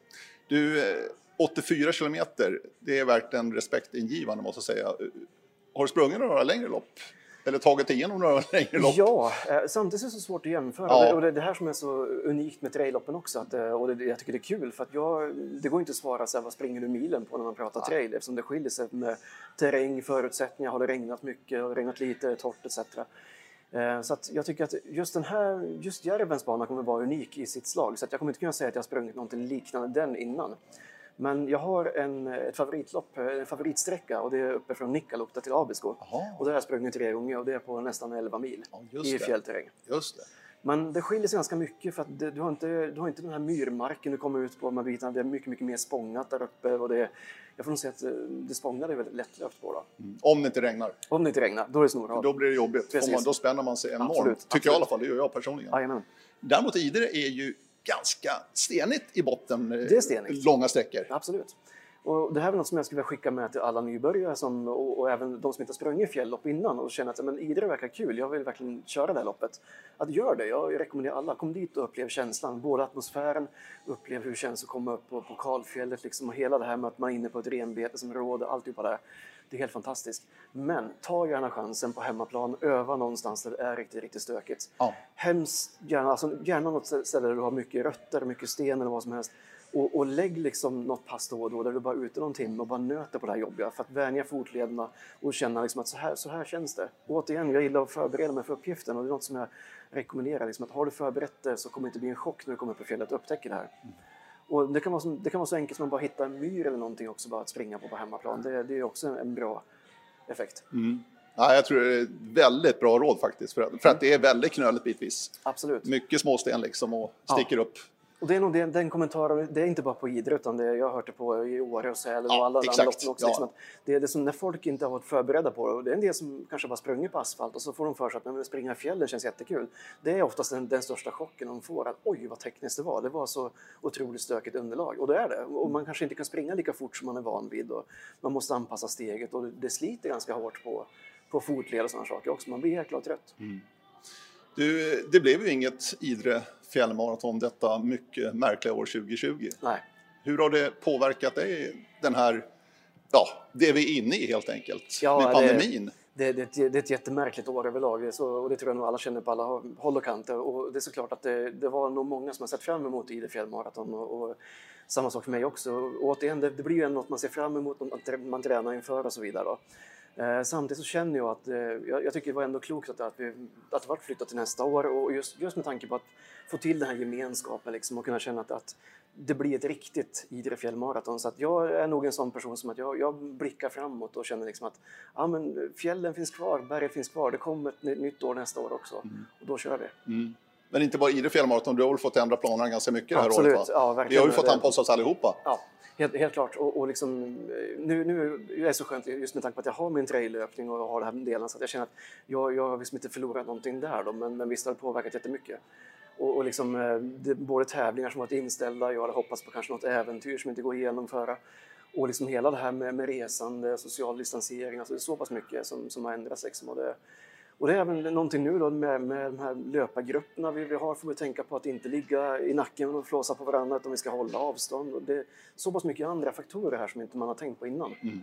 Du, 84 kilometer, det är verkligen respektingivande måste jag säga. Har du sprungit några längre lopp? Eller tagit igenom några längre lopp? Ja, samtidigt är det så svårt att jämföra. Ja. Och det är det här som är så unikt med trailloppen också. Jag tycker det är kul för att det går inte att svara så här, vad springer du milen på när man pratar trail. Eftersom det skiljer sig med terräng, förutsättningar, har det regnat mycket, har det regnat lite, torrt etc. Så att jag tycker att just Järvens bana kommer vara unik i sitt slag. Så att jag kommer inte kunna säga att jag har sprungit något liknande den innan. Men jag har ett favoritlopp, en favoritsträcka och det är uppe från Nikkaluokta till Abisko. Och där har jag sprungit 3 gånger och det är på nästan 11 mil i fjällterräng. Just det. Men det skiljer sig ganska mycket för att du har inte den här myrmarken du kommer ut på de här bitarna. Det är mycket, mycket mer spångat där uppe och jag får nog säga att det spångade är väldigt lättlöpt på då. Om det inte regnar. Om det inte regnar, då är det snorhalt. Då blir det jobbigt. Då spänner man sig enormt. Absolut. Tycker jag i alla fall, det gör jag personligen. Jajamän. Däremot Idre är ju ganska stenigt i botten. Det är stenigt. Långa sträckor. Absolut. Och det här är något som jag skulle vilja skicka med till alla nybörjare och även de som inte har sprungit fjälllopp innan och känner att Idre verkar kul, jag vill verkligen köra det här loppet. Att gör det, jag rekommenderar alla, kom dit och upplev känslan, både atmosfären, upplev hur det känns att komma upp på kalfjället liksom, och hela det här med att man är inne på ett renbetesområde, alltihopa där. Det är helt fantastiskt. Men ta gärna chansen på hemmaplan, öva någonstans där det är riktigt, riktigt stökigt. Ja. Gärna något ställe där du har mycket rötter, mycket sten eller vad som helst. Och lägg liksom något pass då och då där du bara är ute någon timme och bara nöter på det här jobbiga för att vänja fotlederna och känna liksom att så här känns det. Och återigen, jag gillar att förbereda mig för uppgiften och det är något som jag rekommenderar. Liksom att har du förberett det så kommer det inte bli en chock när du kommer upp på fjället och upptäcker det här. Och det kan vara så enkelt som att bara hitta en myr eller någonting också bara att springa på hemmaplan. Det är också en bra effekt. Mm. Ja, jag tror det är ett väldigt bra råd faktiskt för att det är väldigt knöligt bitvis. Absolut. Mycket småsten liksom och sticker upp. Och det är nog den kommentaren, det är inte bara på Idre utan jag har hört det på i Åre och Sälen och alla andra lopp också. Liksom att det är som när folk inte har varit förberedda på det. Och det är en del som kanske bara sprungit på asfalt och så får de för sig att när de springer i fjällen känns jättekul. Det är oftast den största chocken de får, att oj vad tekniskt det var. Det var så otroligt stökigt underlag och det är det. Och man kanske inte kan springa lika fort som man är van vid och man måste anpassa steget och det sliter ganska hårt på fotled och sådana saker också. Man blir helt klart trött. Mm. Du, det blev ju inget Idre fjällmaraton detta mycket märkliga år 2020. Nej. Hur har det påverkat dig, det vi är inne i helt enkelt, med pandemin? Det är ett jättemärkligt år överlag och det tror jag nog alla känner på alla håll och kanter. Och det är såklart att det var nog många som har sett fram emot Idre fjällmaraton och samma sak för mig också. Och återigen, det blir ju något man ser fram emot, man tränar inför och så vidare då. Samtidigt så känner jag att jag tycker det var ändå klokt att det var flyttat till nästa år och just med tanke på att få till den här gemenskapen liksom, och kunna känna att det blir ett riktigt Idre fjällmaraton. Så att jag är nog en sån person som att jag blickar framåt och känner liksom att men fjällen finns kvar, berget finns kvar, det kommer ett nytt år nästa år också och då kör vi. Mm. Men inte bara Idre fjällmaraton, du har väl fått ändra planerna ganska mycket det här Absolut. året va? Ja, verkligen. Vi har ju fått anpassa oss allihopa. Ja. Helt klart. Och liksom, nu är det så skönt just med tanke på att jag har min trailökning och har den här delen så att jag känner att jag har liksom inte förlorat någonting där då, men visst har det påverkat jättemycket. Och liksom, både tävlingar som varit inställda, jag hade hoppats på kanske något äventyr som inte går att genomföra. Och liksom hela det här med resande, social distansering, alltså det är så pass mycket som har ändrats liksom. Och det är även någonting nu då med de här löpargrupperna vi har, får vi tänka på att inte ligga i nacken och flåsa på varandra, utan vi ska hålla avstånd. Och det är så pass mycket andra faktorer här som inte man har tänkt på innan. Mm.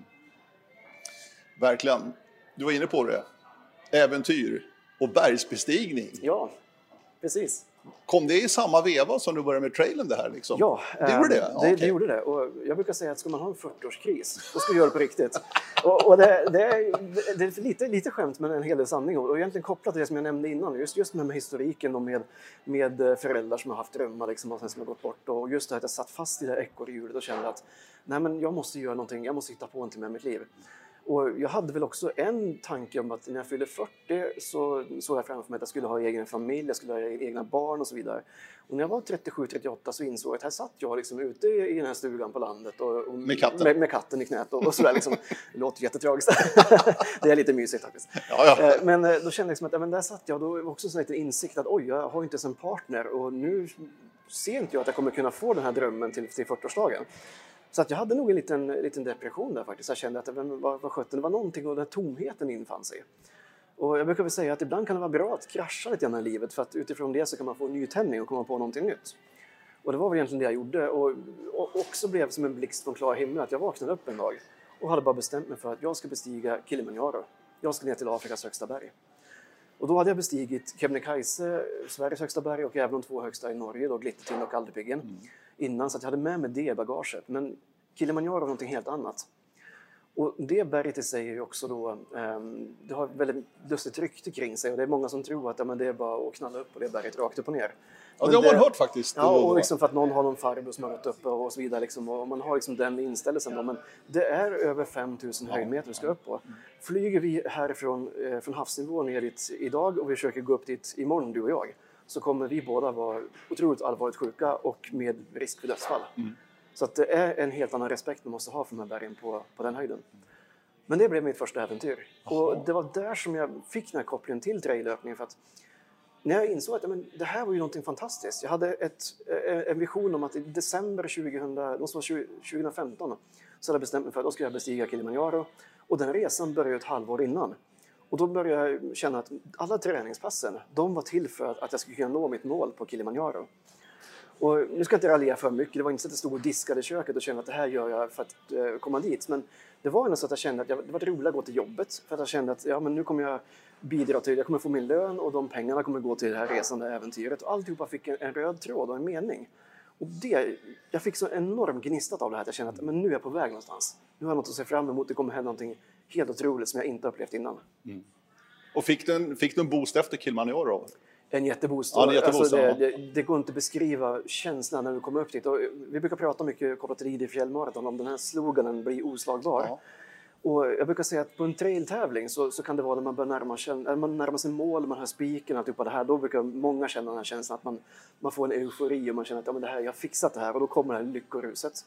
Verkligen. Du var inne på det. Äventyr och bergsbestigning. Ja, precis. Kom det i samma veva som du började med trailen det här liksom? Ja, det gjorde det? Okay. Det gjorde det. Och jag brukar säga att ska man ha en 40-årskris, då ska vi göra det på riktigt. och det är lite skämt men en hel del sanning. Och egentligen kopplat till det som jag nämnde innan, just med historiken och med föräldrar som har haft drömmar liksom, och sen som har gått bort. Och just det att jag satt fast i det här ekorrhjulet och kände att nej, men jag måste göra någonting, jag måste hitta på någonting med mitt liv. Och jag hade väl också en tanke om att när jag fyllde 40 så såg jag framför mig att jag skulle ha egen familj, jag skulle ha egna barn och så vidare. Och när jag var 37-38 så insåg jag att här satt jag liksom ute i den här stugan på landet. Och med katten? Med katten i knät och sådär liksom. Det låter jättetragiskt. Det är lite mysigt faktiskt. Ja. Men då kände jag liksom att men där satt jag och då var också en liten insikt att jag har inte ens en partner och nu ser inte jag att jag kommer kunna få den här drömmen till 40-årsdagen. Så att jag hade nog en liten depression där faktiskt. Jag kände att vad skönt, det var någonting och den tomheten infann sig. Och jag brukar väl säga att ibland kan det vara bra att krascha lite grann i livet för att utifrån det så kan man få nytändning och komma på någonting nytt. Och det var väl egentligen det jag gjorde. Och också blev som en blixt från klar himmel att jag vaknade upp en dag och hade bara bestämt mig för att jag ska bestiga Kilimanjaro. Jag ska ner till Afrikas högsta berg. Och då hade jag bestigit Kebnekaise, Sveriges högsta berg, och även de 2 högsta i Norge, då Glittertind och Galdhøpiggen, innan, så att jag hade med mig det i bagaget. Men Kilimanjaro var någonting helt annat. Och det berget i sig är ju också då, det har ett väldigt lustigt rykte kring sig, och det är många som tror att det är bara att knalla upp på det berget rakt upp och ner. Ja, det har man hört faktiskt. Ja, och liksom för att någon har någon farbror som har gått uppe och så vidare. Liksom, och man har liksom den inställelsen då. Men det är över 5000 höjdmeter vi ska upp på. Flyger vi härifrån från havsnivå ner dit idag och vi försöker gå upp dit imorgon, du och jag, så kommer vi båda vara otroligt allvarligt sjuka och med risk för dödsfall. Så att det är en helt annan respekt man måste ha för de här bergen på den höjden. Men det blev mitt första äventyr. Och det var där som jag fick den här kopplingen till traillöpningen. För att när jag insåg att det här var ju någonting fantastiskt. Jag hade en vision om att i december 2015 så hade jag bestämt mig för att då ska jag bestiga Kilimanjaro. Och den resan började ett halvår innan. Och då började jag känna att alla träningspassen, de var till för att jag skulle kunna nå mitt mål på Kilimanjaro. Och nu ska jag inte raljera för mycket, det var inte så att jag stod och diskade i köket och kände att det här gör jag för att komma dit. Men det var ändå så att jag kände att det var roligt att gå till jobbet. För att jag kände att men nu kommer jag bidra till, jag kommer få min lön och de pengarna kommer gå till det här resande äventyret. Och alltihopa fick en röd tråd och en mening. Och jag fick så enormt gnistat av det här att jag kände att nu är jag på väg någonstans. Nu har jag något att se fram emot, det kommer hända någonting helt otroligt som jag inte upplevt innan. Och fick du en boost efter Kilimanjaro? En jätteboost. Ja, alltså, det går inte att beskriva känslan när du kommer upp dit. Och vi brukar prata mycket kopplat till ID fjällmaraton om den här sloganen blir oslagbar. Ja. Och jag brukar säga att på en trailtävling så kan det vara när man börjar närma sig mål, man har spiken och allt det här. Då brukar många känna den här känslan att man får en eufori och man känner att jag har fixat det här, och då kommer det här lyckoruset.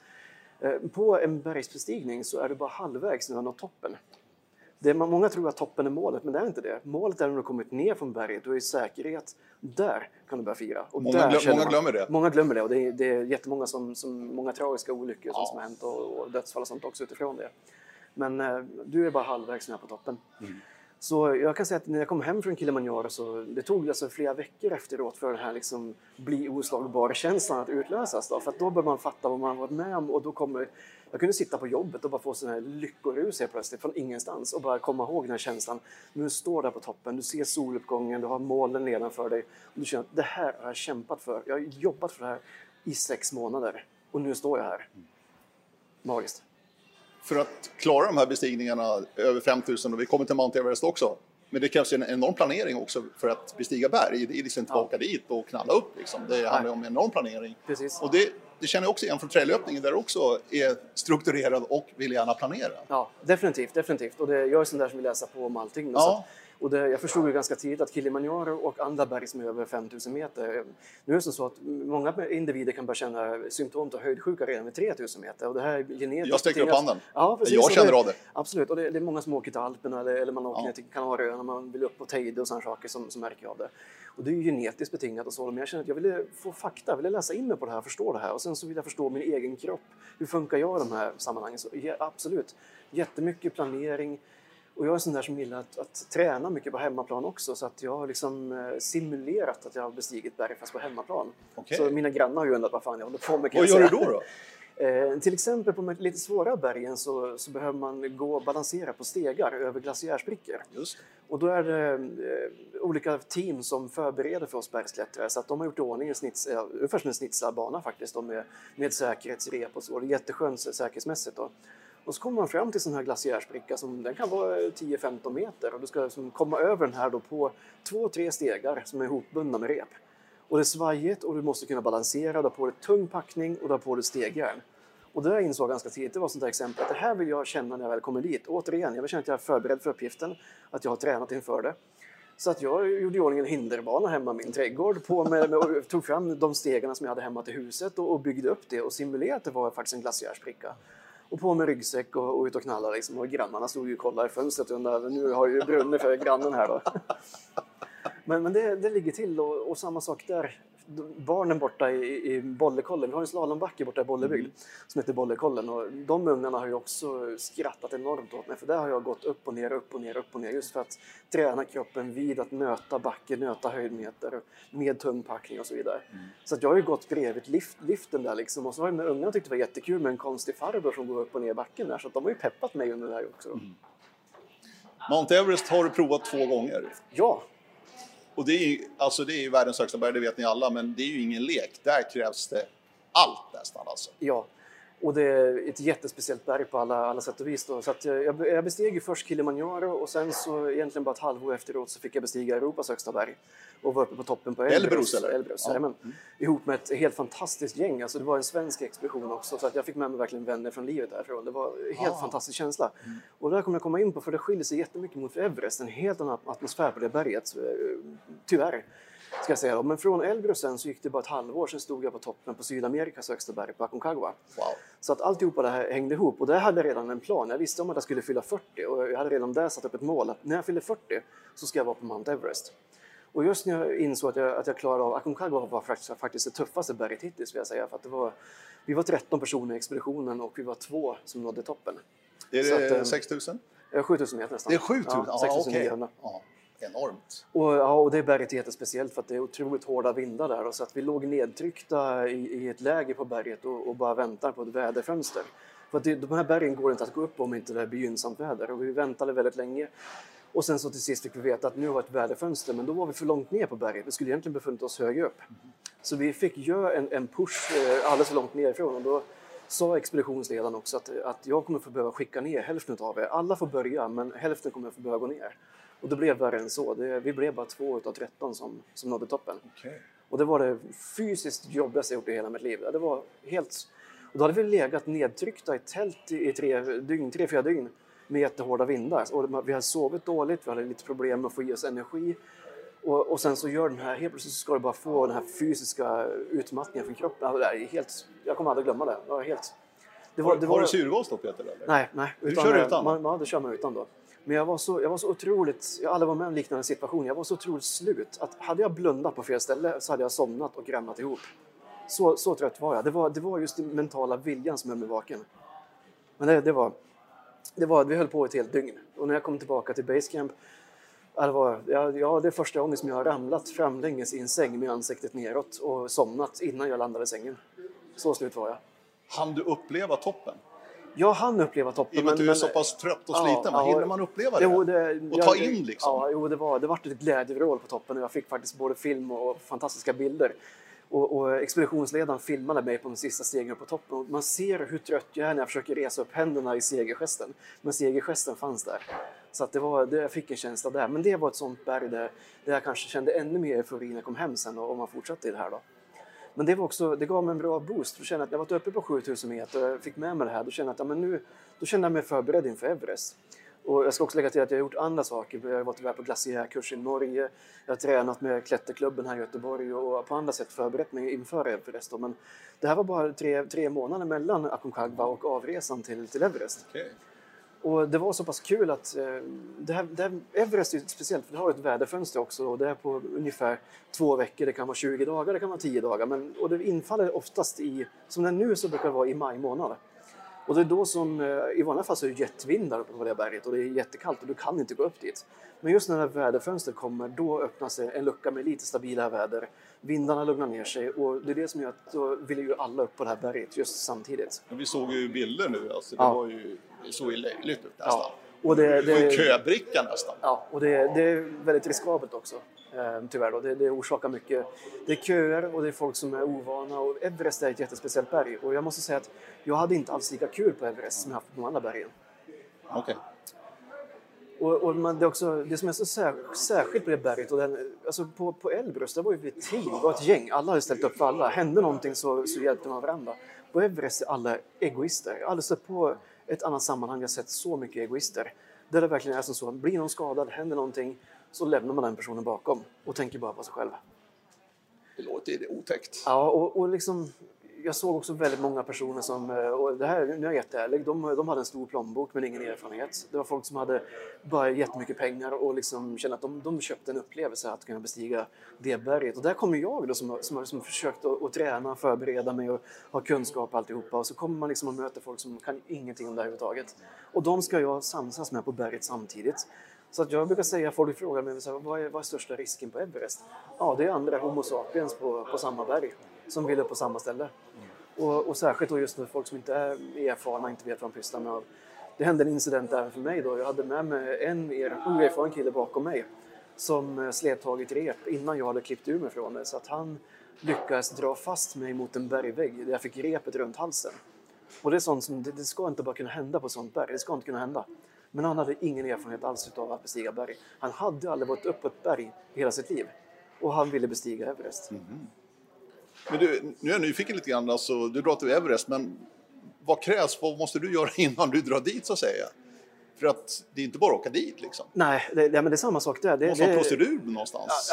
På en bergsbestigning så är du bara halvvägs när du har nått toppen. Många tror att toppen är målet, men det är inte det. Målet är när du har kommit ner från berget, du är i säkerhet. Där kan du börja fira. Och många glömmer det. Många glömmer det, och det är jättemånga många tragiska olyckor som har hänt och dödsfall och sånt också utifrån det. Men du är bara halvvägs ner på toppen. Så jag kan säga att när jag kom hem från Kilimanjaro så det tog alltså flera veckor efteråt för den här liksom bli oslagbara känslan att utlösas. Då. För att då bör man fatta vad man har varit med om, och då kommer... Jag kunde sitta på jobbet och bara få sån här lyckorus helt plötsligt från ingenstans och bara komma ihåg den här känslan. Nu står där på toppen, du ser soluppgången, du har målen nedanför dig. Och du känner att det här har jag kämpat för. Jag har jobbat för det här i 6 månader och nu står jag här. Magiskt. För att klara de här bestigningarna över 5000, och vi kommer till Mount Everest också. Men det krävs en enorm planering också för att bestiga berg. Det är liksom inte åka dit och knalla upp. Liksom. Det handlar om en enorm planering. Precis. Och det känner jag också igen från traillöpningen, där det också är strukturerad och vill gärna planera. Ja, definitivt. Och jag är sån där som vill läsa på om allting. Ja. Och jag förstod ju ganska tidigt att Kilimanjaro och andra berg som är över 5000 meter. Nu är det så att många individer kan börja känna symptom av höjdsjuka redan vid 3000 meter. Och det här är genetiskt. Jag sträcker upp handen. Ja, precis. Jag känner av det. Absolut. Och det är många som åker till Alperna eller man åker ner till Kanarieöarna när man vill upp på Teide och sådana saker som märker av det. Och det är ju genetiskt betingat och så. Men jag känner att jag ville få fakta, jag ville läsa in mig på det här, förstå det här. Och sen så vill jag förstå min egen kropp. Hur funkar jag i de här sammanhangen? Så, ja, absolut. Jättemycket planering. Och jag är sån där som gillar att träna mycket på hemmaplan också. Så att jag har liksom simulerat att jag har bestigit berg fast på hemmaplan. Okay. Så mina grannar har ju undrat vad fan jag håller på med. Vad gör du då? Till exempel på lite svåra bergen så behöver man gå och balansera på stegar över glaciärsprickor. Just. Och då är det olika team som förbereder för oss bergsklättrare. Så att de har gjort i ordning ungefär som en snitsarbana faktiskt. Med säkerhetsrep och så. Det är jätteskönt säkerhetsmässigt då. Och så kommer man fram till sån här glaciärspricka som den kan vara 10-15 meter. Och du ska liksom komma över den här då på 2-3 stegar som är ihopbundna med rep. Och det är svajigt och du måste kunna balansera. Du har på dig tung packning och du har på dig stegjärn. Och det där insåg ganska tidigt, det var sånt där exempel. Att det här vill jag känna när jag väl kommer dit. Återigen, jag vill känna att jag är förberedd för uppgiften. Att jag har tränat inför det. Så att jag gjorde i ordning en hinderbana hemma i min trädgård. Och tog fram de stegarna som jag hade hemma till huset. Och byggde upp det och simulerade att det var faktiskt en glaciärspricka. Och på med ryggsäck och ut och knalla liksom. Och grannarna stod ju och kollade i fönstret och undrade, nu har ju brunnit för grannen här då. Men det ligger till och samma sak där. barnen borta i Bollekollen, vi har en slalombacke borta i Bollebygd som heter Bollekollen, och de ungarna har ju också skrattat enormt åt mig, för där har jag gått upp och ner just för att träna kroppen vid att nöta backe, nöta höjdmeter med tungpackning och så vidare. Så att jag har ju gått bredvid liften där liksom, och så har de ungarna tyckt det var jättekul med en konstig farbror som går upp och ner backen där, så att de har ju peppat mig under det här också. Mount Everest har du provat 2 gånger. Ja. Och det är ju världens högsta berg, det vet ni alla, men det är ju ingen lek. Där krävs det allt nästan alltså. Ja, och det är ett jättespeciellt berg på alla sätt och vis då. Så att jag besteg ju först Kilimanjaro, och sen så egentligen bara ett halvår efteråt så fick jag bestiga Europas högsta berg. Och var uppe på toppen på Elbrus. Ja. Ihop med ett helt fantastiskt gäng. Alltså det var en svensk expedition också, så att jag fick med mig verkligen vänner från livet därifrån. Det var en helt fantastisk känsla. Och där kommer jag komma in på, för det skiljer sig jättemycket mot Everest. En helt annan atmosfär på det berget, tyvärr. Ska jag säga då. Men från Elbrus sen så gick det bara ett halvår, sen stod jag på toppen på Sydamerikas högsta berg på Aconcagua. Wow. Så att alltihopa det här hängde ihop, och där hade jag redan en plan. Jag visste om att jag skulle fylla 40, och jag hade redan där satt upp ett mål att när jag fyller 40 så ska jag vara på Mount Everest. Och just när jag insåg att jag klarade av Aconcagua var faktiskt det tuffaste berget hittills, vill jag säga. För att vi var 13 personer i expeditionen och vi var 2 som nådde toppen. Är det 6 000? 7 000 meter nästan. Det är 7 000? Ja, 6 900. Ja, enormt. Och det berget är jättespeciellt för att det är otroligt hårda vindar där. Och så att vi låg nedtryckta i ett läge på berget och bara väntar på ett väderfönster. För att de här bergen går inte att gå upp om inte det blir gynnsamt väder. Och vi väntade väldigt länge. Och sen så till sist fick vi veta att nu var ett väderfönster, men då var vi för långt ner på berget. Vi skulle egentligen befunnit oss högre upp. Så vi fick göra en push alldeles för långt nerifrån, och då sa expeditionsledaren också att jag kommer få behöva skicka ner hälften av er. Alla får börja, men hälften kommer få behöva gå ner. Och det blev värre än så. Vi blev bara 2 utav 13 som nådde toppen. Okay. Och det var det fysiskt jobbigaste jag gjort i hela mitt liv. Det var helt... Och då hade vi legat nedtryckta i tält i 3-4 dygn. Med jättehårda vindar. Och vi hade sovit dåligt, vi hade lite problem med att få i oss energi. Och sen så gör den här, helt plötsligt så ska du bara få den här fysiska utmattningen från kroppen. Alltså, det är helt, jag kommer aldrig glömma det. Det var helt... Har du syrgas då, Peter? Eller? Nej. Du kör utan? Ja, det kör man utan då. Men jag var så otroligt, jag har aldrig varit med om en liknande situation. Jag var så otroligt slut att hade jag blundat på fel ställe så hade jag somnat och rämnat ihop. Så trött var jag. Det var just den mentala viljan som höll mig vaken. Men det var, vi höll på ett helt dygn. Och när jag kom tillbaka till basecamp, det är första gången som jag har ramlat framlänges i en säng med ansiktet neråt och somnat innan jag landade i sängen. Så slut var jag. Hann du uppleva toppen? Jag hann uppleva toppen. I och med att du är så pass trött och sliten, hinner man uppleva det? Och ta in liksom? Ja, det var ett glädjevrål på toppen, och jag fick faktiskt både film och fantastiska bilder. Och expeditionsledaren filmade mig på de sista stegen på toppen. Och man ser hur trött jag är när jag försöker resa upp händerna i segergesten. Men segergesten fanns där. Så att jag fick en känsla där. Men det var ett sånt berg där jag kanske kände ännu mer eufori när jag kom hem sen och man fortsatte i det här då. Men det gav mig en bra boost. Då kände jag att jag var uppe på 7000 meter och jag fick med mig det här. Då kände jag mig förberedd inför Everest. Och jag ska också lägga till att jag har gjort andra saker. Jag har varit iväg på glaciärkurs i Norge. Jag har tränat med klätterklubben här i Göteborg och på andra sätt förberett mig inför Everest. Men det här var bara 3 månader mellan Aconcagua och avresan till Everest. Okay. Och det var så pass kul att Everest är speciellt, för det har ett väderfönster också. Och det är på ungefär 2 veckor, det kan vara 20 dagar, det kan vara 10 dagar. Och det infaller oftast som det är nu så brukar det vara i maj månad. Och det är då som, i vanliga fall så är det jättvindar på det berget och det är jättekallt och du kan inte gå upp dit. Men just när väderfönstret kommer, då öppnar sig en lucka med lite stabilare väder. Vindarna lugnar ner sig och det är det som gör att då vill ju alla upp på det här berget just samtidigt. Men vi såg ju bilder nu, alltså det såg ju löjligt ut nästan. Ja. Och det var en köbricka nästan. Ja, och det är väldigt riskabelt också. Tyvärr då. Det orsakar mycket. Det är köer och det är folk som är ovana. Och Everest är ett jättespeciellt berg. Och jag måste säga att jag hade inte alls lika kul på Everest som jag haft på de andra bergen. Okej. Och det är också det som är så särskilt på det berget. Och alltså på Elbrus, där var ju vi ett team, det var ett gäng. Alla hade ställt upp för alla. Hände någonting så hjälpte man varandra. På Everest är alla egoister. Jag har aldrig stött på ett annat sammanhang jag har sett så mycket egoister. Där det verkligen är som så, blir någon skadad, händer någonting, så lämnar man den personen bakom och tänker bara på sig själv. Det låter otäckt. Ja, och liksom, jag såg också väldigt många personer som, och det här, nu är jag jätteärlig, de hade en stor plånbok men ingen erfarenhet. Det var folk som hade bara jättemycket pengar och liksom kände att de köpte en upplevelse att kunna bestiga det berget. Och där kommer jag då som försökt att träna, förbereda mig och ha kunskap och alltihopa. Och så kommer man liksom och möter folk som kan ingenting om det här överhuvudtaget. Och de ska jag samsas med på berget samtidigt. Så att jag brukar säga, folk frågar mig vad är största risken på Everest? Ja, det är andra homo sapiens på samma berg som vill upp på samma ställe. Och särskilt då just när folk som inte är erfarna, inte vet vad de pysslar med. Det hände en incident även för mig då. Jag hade med mig en oerfaren kille bakom mig som slet tag i ett rep innan jag hade klippt ur mig från det. Så att han lyckades dra fast mig mot en bergvägg där jag fick repet runt halsen. Och det är sånt som, det ska inte bara kunna hända på sånt berg, det ska inte kunna hända. Men han hade ingen erfarenhet alls av att bestiga berg. Han hade aldrig varit uppe på ett berg i hela sitt liv. Och han ville bestiga Everest. Mm. Men du, nu är jag nyfiken lite grann. Alltså, du drar till Everest, men vad krävs? Vad måste du göra innan du drar dit så att säga? För att det är inte bara att åka dit liksom. Nej, men det är samma sak där. Det måste vara en procedur någonstans. Ja,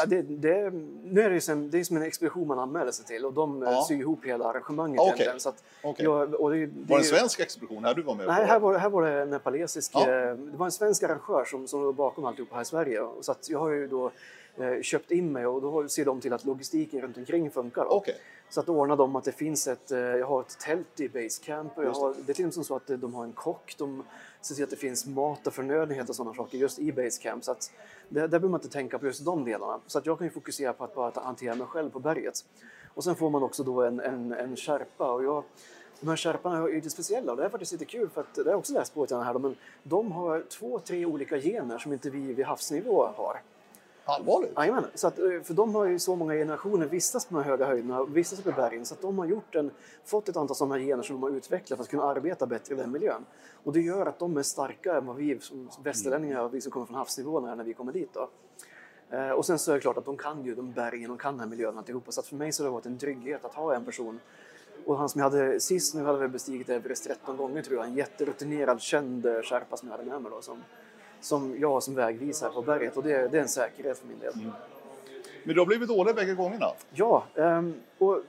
nu är det ju som en expedition man anmäler sig till och de syr ihop hela arrangemanget egentligen. Så att var det en svensk expedition här du var med på? Nej, här var det nepalesisk. Det var en svensk arrangör som låg bakom alltihop här i Sverige. Så att jag har ju då köpt in mig och då ser de till att logistiken runt omkring funkar. Okay. Så att ordna dem att det finns jag har ett tält i basecamp. Det är till och med så att de har en kock. De ser till att det finns mat och förnödenhet och sådana saker just i basecamp. Så att där behöver man inte tänka på just de delarna. Så att jag kan ju fokusera på att bara hantera mig själv på berget. Och sen får man också då en sherpa. Och de här sherparna är lite speciella och det är faktiskt lite kul för att det är också läst på den här. Men de har 2-3 olika gener som inte vi vid havsnivå har. Allvarligt? Jajamän, så att, för de har ju så många generationer vistats på de här höga höjderna och vistats på bergen så att de har fått ett antal sådana gener som de har utvecklat för att kunna arbeta bättre i den miljön. Och det gör att de är starkare än vad vi som västerlänningar och vi som kommer från havsnivån när vi kommer dit då. Och sen så är det klart att de kan ju de bergen och kan den här miljön alltihopa. Så att för mig så har det varit en trygghet att ha en person. Och han som jag hade sist, nu hade vi bestigit Everest 13 gånger tror jag, en jätterutinerad, känd sherpa som jag hade med mig då som jag som vägvisar på berget och det är en säkerhet för min del. Mm. Men du har blivit dålig bägge gångerna? Ja, och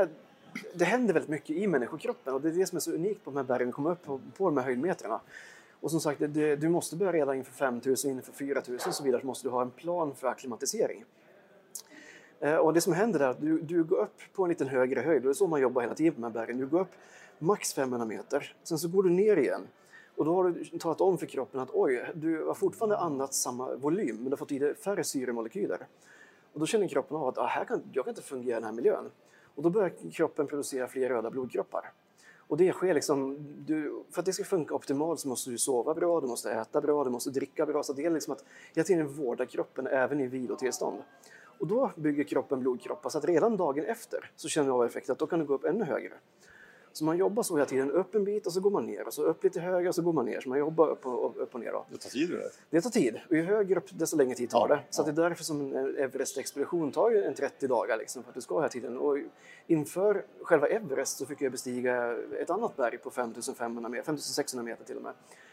det händer väldigt mycket i människokroppen och det är det som är så unikt på de här bergen, komma upp på de här höjdmetrarna. Och som sagt, du måste börja redan inför 5000, inför 4000 och så vidare så måste du ha en plan för akklimatisering. Och det som händer är att du går upp på en liten högre höjd och det är så man jobbar hela tiden på de här bergen. Du går upp max 500 meter, sen så går du ner igen. Och då har du talat om för kroppen att du har fortfarande andats samma volym men du har fått i dig färre syremolekyler. Och då känner kroppen av att jag kan inte fungera i den här miljön. Och då börjar kroppen producera fler röda blodkroppar. Och det sker liksom, för att det ska funka optimalt så måste du sova bra, du måste äta bra, du måste dricka bra. Så det är liksom att hela tiden vårda kroppen även i vilotillstånd. Och då bygger kroppen blodkroppar så att redan dagen efter så känner du av effekten att då kan du gå upp ännu högre. Så man jobbar så hela tiden, upp en bit och så går man ner. Och så upp lite högre och så går man ner. Så man jobbar upp och ner. Då. Det tar tid det? Det tar tid. Och ju högre upp desto längre tid tar det. Så det är därför som en Everest-expedition tar ju en 30 dagar liksom, för att du ska hela tiden. Och inför själva Everest så fick jag bestiga ett annat berg på 5500 meter, 5600 meter till och med.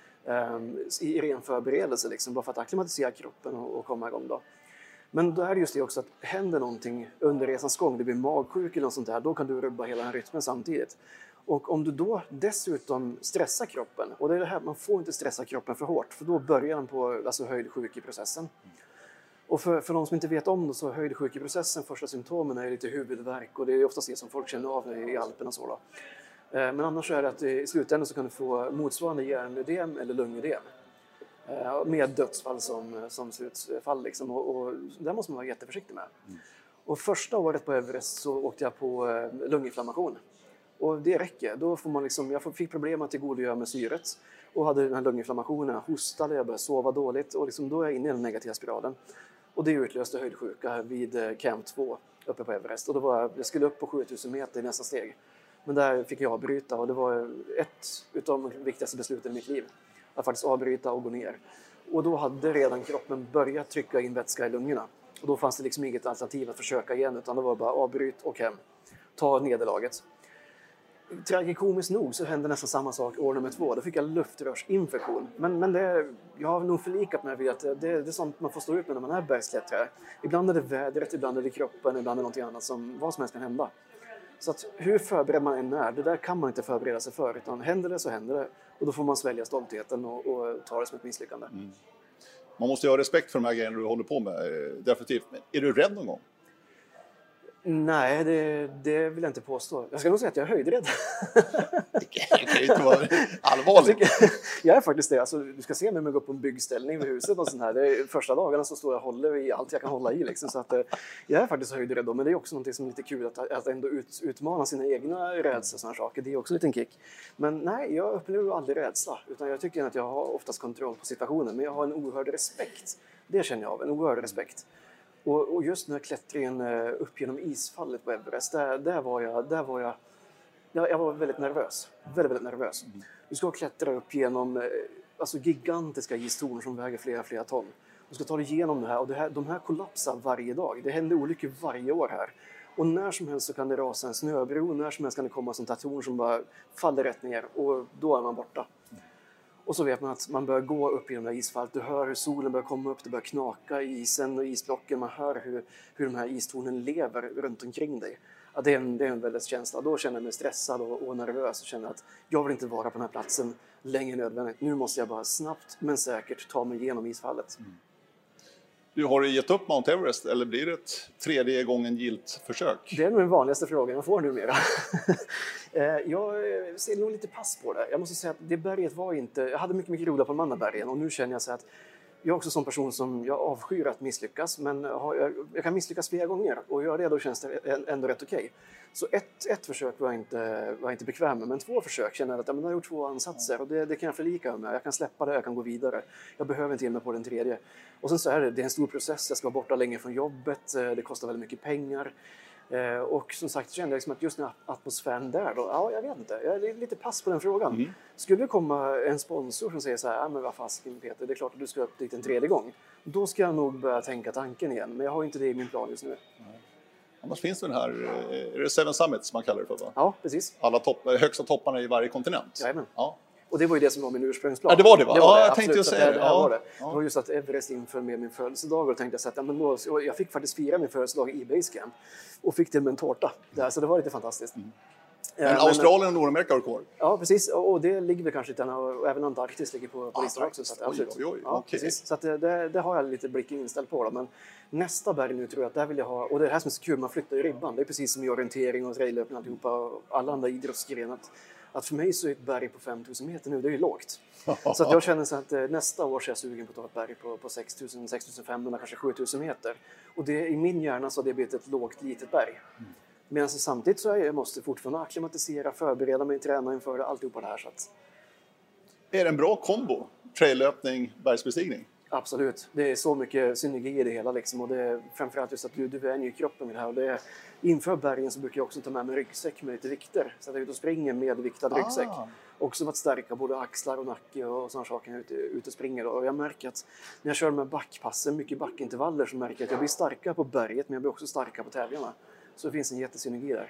I ren förberedelse liksom, bara för att akklimatisera kroppen och komma igång då. Men då är det just det också att händer någonting under resans gång, det blir magsjuk eller något sånt där, då kan du rubba hela den rytmen samtidigt. Och om du då dessutom stressar kroppen, och det är det här, man får inte stressa kroppen för hårt, för då börjar den på höjdsjukeprocessen. Och för de som inte vet om det så höjdsjukeprocessen, första symptomen är lite huvudvärk och det är oftast det som folk känner av i Alperna och så då. Men annars är det att i slutändan så kan du få motsvarande hjärnödem eller lungödem. Med dödsfall som slutfall liksom. Och där måste man vara jätteförsiktig med. Och första året på Everest så åkte jag på lunginflammation. Och det räcker. Då får man liksom, jag fick problem att tillgodogöra med syret. Och hade den här lunginflammationen, jag hostade, jag började sova dåligt. Och liksom, då är jag inne i den negativa spiralen. Och det utlöste höjdsjuka vid Camp 2 uppe på Everest. Och då jag skulle upp på 7000 meter i nästa steg. Men där fick jag avbryta och det var ett av de viktigaste besluten i mitt liv. Att faktiskt avbryta och gå ner. Och då hade redan kroppen börjat trycka in vätska i lungorna. Och då fanns det liksom inget alternativ att försöka igen, utan det var bara avbryt och hem. Ta nederlaget. Tragikomiskt nog så hände nästan samma sak år nummer 2. Då fick jag luftrörsinfektion. Men jag har nog förlikat mig vid att det är sånt man får stå ut med när man är bergsklättrare. Ibland är det vädret, ibland är det kroppen, ibland är det någonting annat vad som helst kan hända. Så att hur förberedd man än är, det där kan man inte förbereda sig för, utan händer det så händer det. Och då får man svälja stoltheten och ta det som ett misslyckande. Man måste ju ha respekt för de här grejerna du håller på med, definitivt. Men är du rädd någon gång? Nej, det vill jag inte påstå. Jag ska nog säga att jag är höjdrädd. Det kan ju inte vara allvarligt. Jag är faktiskt det. Alltså, du ska se mig gå upp på en byggställning vid huset och sånt här. Det är första dagarna så står jag och håller i allt jag kan hålla i. Liksom. Så att, jag är faktiskt höjdrädd då, men det är också något som är lite kul att ändå utmana sina egna rädslor och sådana saker. Det är också en liten kick. Men nej, jag upplever aldrig rädsla. Utan jag tycker att jag har oftast kontroll på situationen. Men jag har en oerhörd respekt. Det känner jag av, en oerhörd respekt. Och just när klättringen upp genom isfallet på Everest, där var jag var väldigt nervös. Väldigt nervös. Du ska klättra upp genom alltså gigantiska istorn som väger flera ton. Du ska ta dig igenom det här, och de här kollapsar varje dag. Det händer olyckor varje år här. Och när som helst så kan det rasa en snöbro, när som helst kan det komma sånt här torn som bara faller rätt ner, och då är man borta. Och så vet man att man börjar gå upp i de här isfallet. Du hör hur solen börjar komma upp, det börjar knaka i isen och isblocken. Man hör hur de här istornen lever runt omkring dig. Ja, det är en väldigt känsla. Då känner jag mig stressad och nervös och känner att jag vill inte vara på den här platsen längre nödvändigt. Nu måste jag bara snabbt men säkert ta mig igenom isfallet. Du, har du gett upp Mount Everest eller blir det ett tredje gången gilt försök? Det är nog den vanligaste frågan jag får numera. Jag ser nog lite pass på det. Jag måste säga att det berget var inte... Jag hade mycket roligt på de andra bergen, och nu känner jag så att jag är också en sån person som jag avskyr att misslyckas, men jag kan misslyckas flera gånger, och gör det då känns det ändå rätt okej. Så ett försök var jag inte bekväm med, men 2 försök känner jag att jag har gjort 2 ansatser, och det kan jag förlika med. Jag kan släppa det, jag kan gå vidare. Jag behöver inte ge mig på den tredje. Och sen så är det en stor process, jag ska vara borta länge från jobbet, det kostar väldigt mycket pengar. Och som sagt kände jag liksom att just den atmosfären där då, ja jag vet inte, jag är lite pass på den frågan. Skulle det komma en sponsor som säger så här, men vad fasiken Peter, det är klart att du ska upp dit en tredje gång. Då ska jag nog börja tänka tanken igen, men jag har inte det i min plan just nu. Annars finns det den här, är det Seven Summits som man kallar det för, va? Ja, precis. Alla högsta topparna i varje kontinent. Jajamän. Ja. Och det var ju det som var min ursprungsplan. Ja, det var det, va? Det var det, jag tänkte ju säga det. Det var just att Everest inför med min födelsedag, och tänkte att jag fick faktiskt fira min födelsedag i Basecamp. Och fick till med en tårta. Så det var lite fantastiskt. Men Australien och Nordamerika har kvar? Ja, precis. Och det ligger väl kanske lite, och även Antarktis ligger på listan också. Så att, absolut. Oj, ja, okay. Precis. Så att det har jag lite blicken inställd på. Då. Men nästa berg nu tror jag att där vill jag ha, och det här som är så kul, man flyttar i ribban. Det är precis som i orientering och traillöpning och alltihopa, och alla andra idrottsgrenar. Att för mig så är ett berg på 5000 meter nu, det är ju lågt. Så att jag känner så att nästa år så är jag sugen på att ta ett berg på 6000, 6500, kanske 7000 meter. Och det, i min hjärna så har det blivit ett lågt, litet berg. Men samtidigt så jag måste fortfarande akklimatisera, förbereda mig, träna inför alltihopa det här. Så att... Är det en bra kombo? Traillöpning, bergsbestigning? Absolut. Det är så mycket synergi i det hela. Liksom. Och det är framförallt just att du vänjer ju kroppen med det här. Och det är, inför bergen så brukar jag också ta med mig ryggsäck med lite vikter. Så att jag är ute och springer med viktad ryggsäck. Också för att stärka både axlar och nacke och sådana saker ute och springer. Och jag märker att när jag kör med backpassen, mycket backintervaller, så märker jag att jag blir starkare på berget, men jag blir också starkare på tävlingarna. Så det finns en jättesynergi där.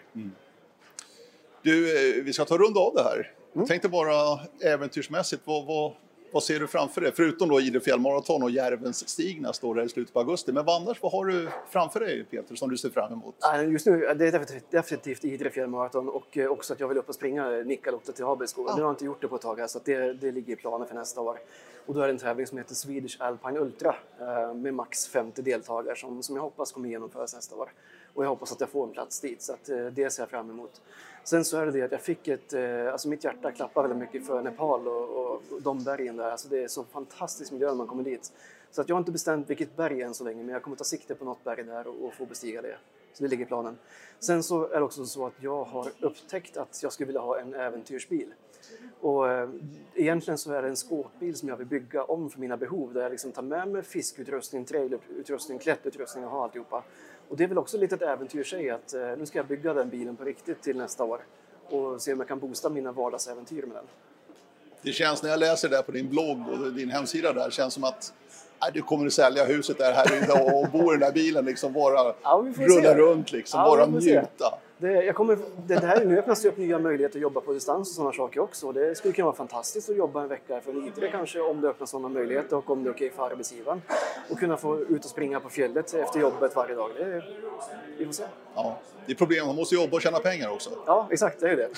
Du, vi ska ta runda av det här. Jag tänkte bara äventyrsmässigt, vad ser du framför dig? Förutom då Idre fjällmaraton och Järvens Stigna står det i slutet på augusti. Men annars, vad har du framför dig, Peter, som du ser fram emot? Just nu det är definitivt Idre fjällmaraton, och också att jag vill upp och springa Nikkaluokta till Habelskolan. Nu har jag inte gjort det på ett tag här, så att det ligger i planen för nästa år. Och då är det en tävling som heter Swedish Alpine Ultra med max 50 deltagare som jag hoppas kommer genomföras nästa år. Och jag hoppas att jag får en plats dit, så att det ser jag fram emot. Sen så är det att jag fick alltså mitt hjärta klappar väldigt mycket för Nepal och de bergen där. Alltså det är så fantastisk miljö när man kommer dit. Så att jag har inte bestämt vilket berg än så länge, men jag kommer ta sikte på något berg där och få bestiga det. Så det ligger i planen. Sen så är det också så att jag har upptäckt att jag skulle vilja ha en äventyrsbil. Och egentligen så är det en skåpbil som jag vill bygga om för mina behov. Där jag liksom tar med mig fiskutrustning, trailerutrustning, klätterutrustning och ha alltihopa. Och det är väl också lite ett äventyr i sig att nu ska jag bygga den bilen på riktigt till nästa år. Och se om jag kan boosta mina vardagsäventyr med den. Det känns när jag läser det där på din blogg och din hemsida där, känns som att du kommer att sälja huset där här idag och bo i den där bilen liksom, bara rulla runt liksom, bara njuta. Det här, nu öppnas det upp nya möjligheter att jobba på distans och sådana saker också. Det skulle kunna vara fantastiskt att jobba en vecka från Idre kanske, om det öppnas sådana möjligheter och om det är okej för arbetsgivaren. Och kunna få ut och springa på fjället efter jobbet varje dag. Vi får se. Ja, det är problem. Man måste jobba och tjäna pengar också. Ja, exakt. Det är det.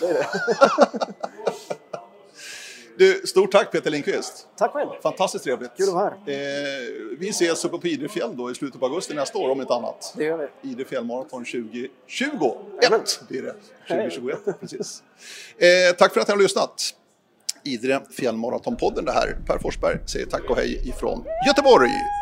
Du, stort tack Peter Lindqvist. Tack själv. Fantastiskt trevligt. Kul att vara här. Vi ses uppe på Idrefjäll då i slutet på augusti nästa år om inte annat. Det gör vi. Idre fjällmaraton 2021 blir det. 2021, precis. Tack för att ni har lyssnat. Idre fjällmaratonpodden det här. Per Forsberg säger tack och hej ifrån Göteborg.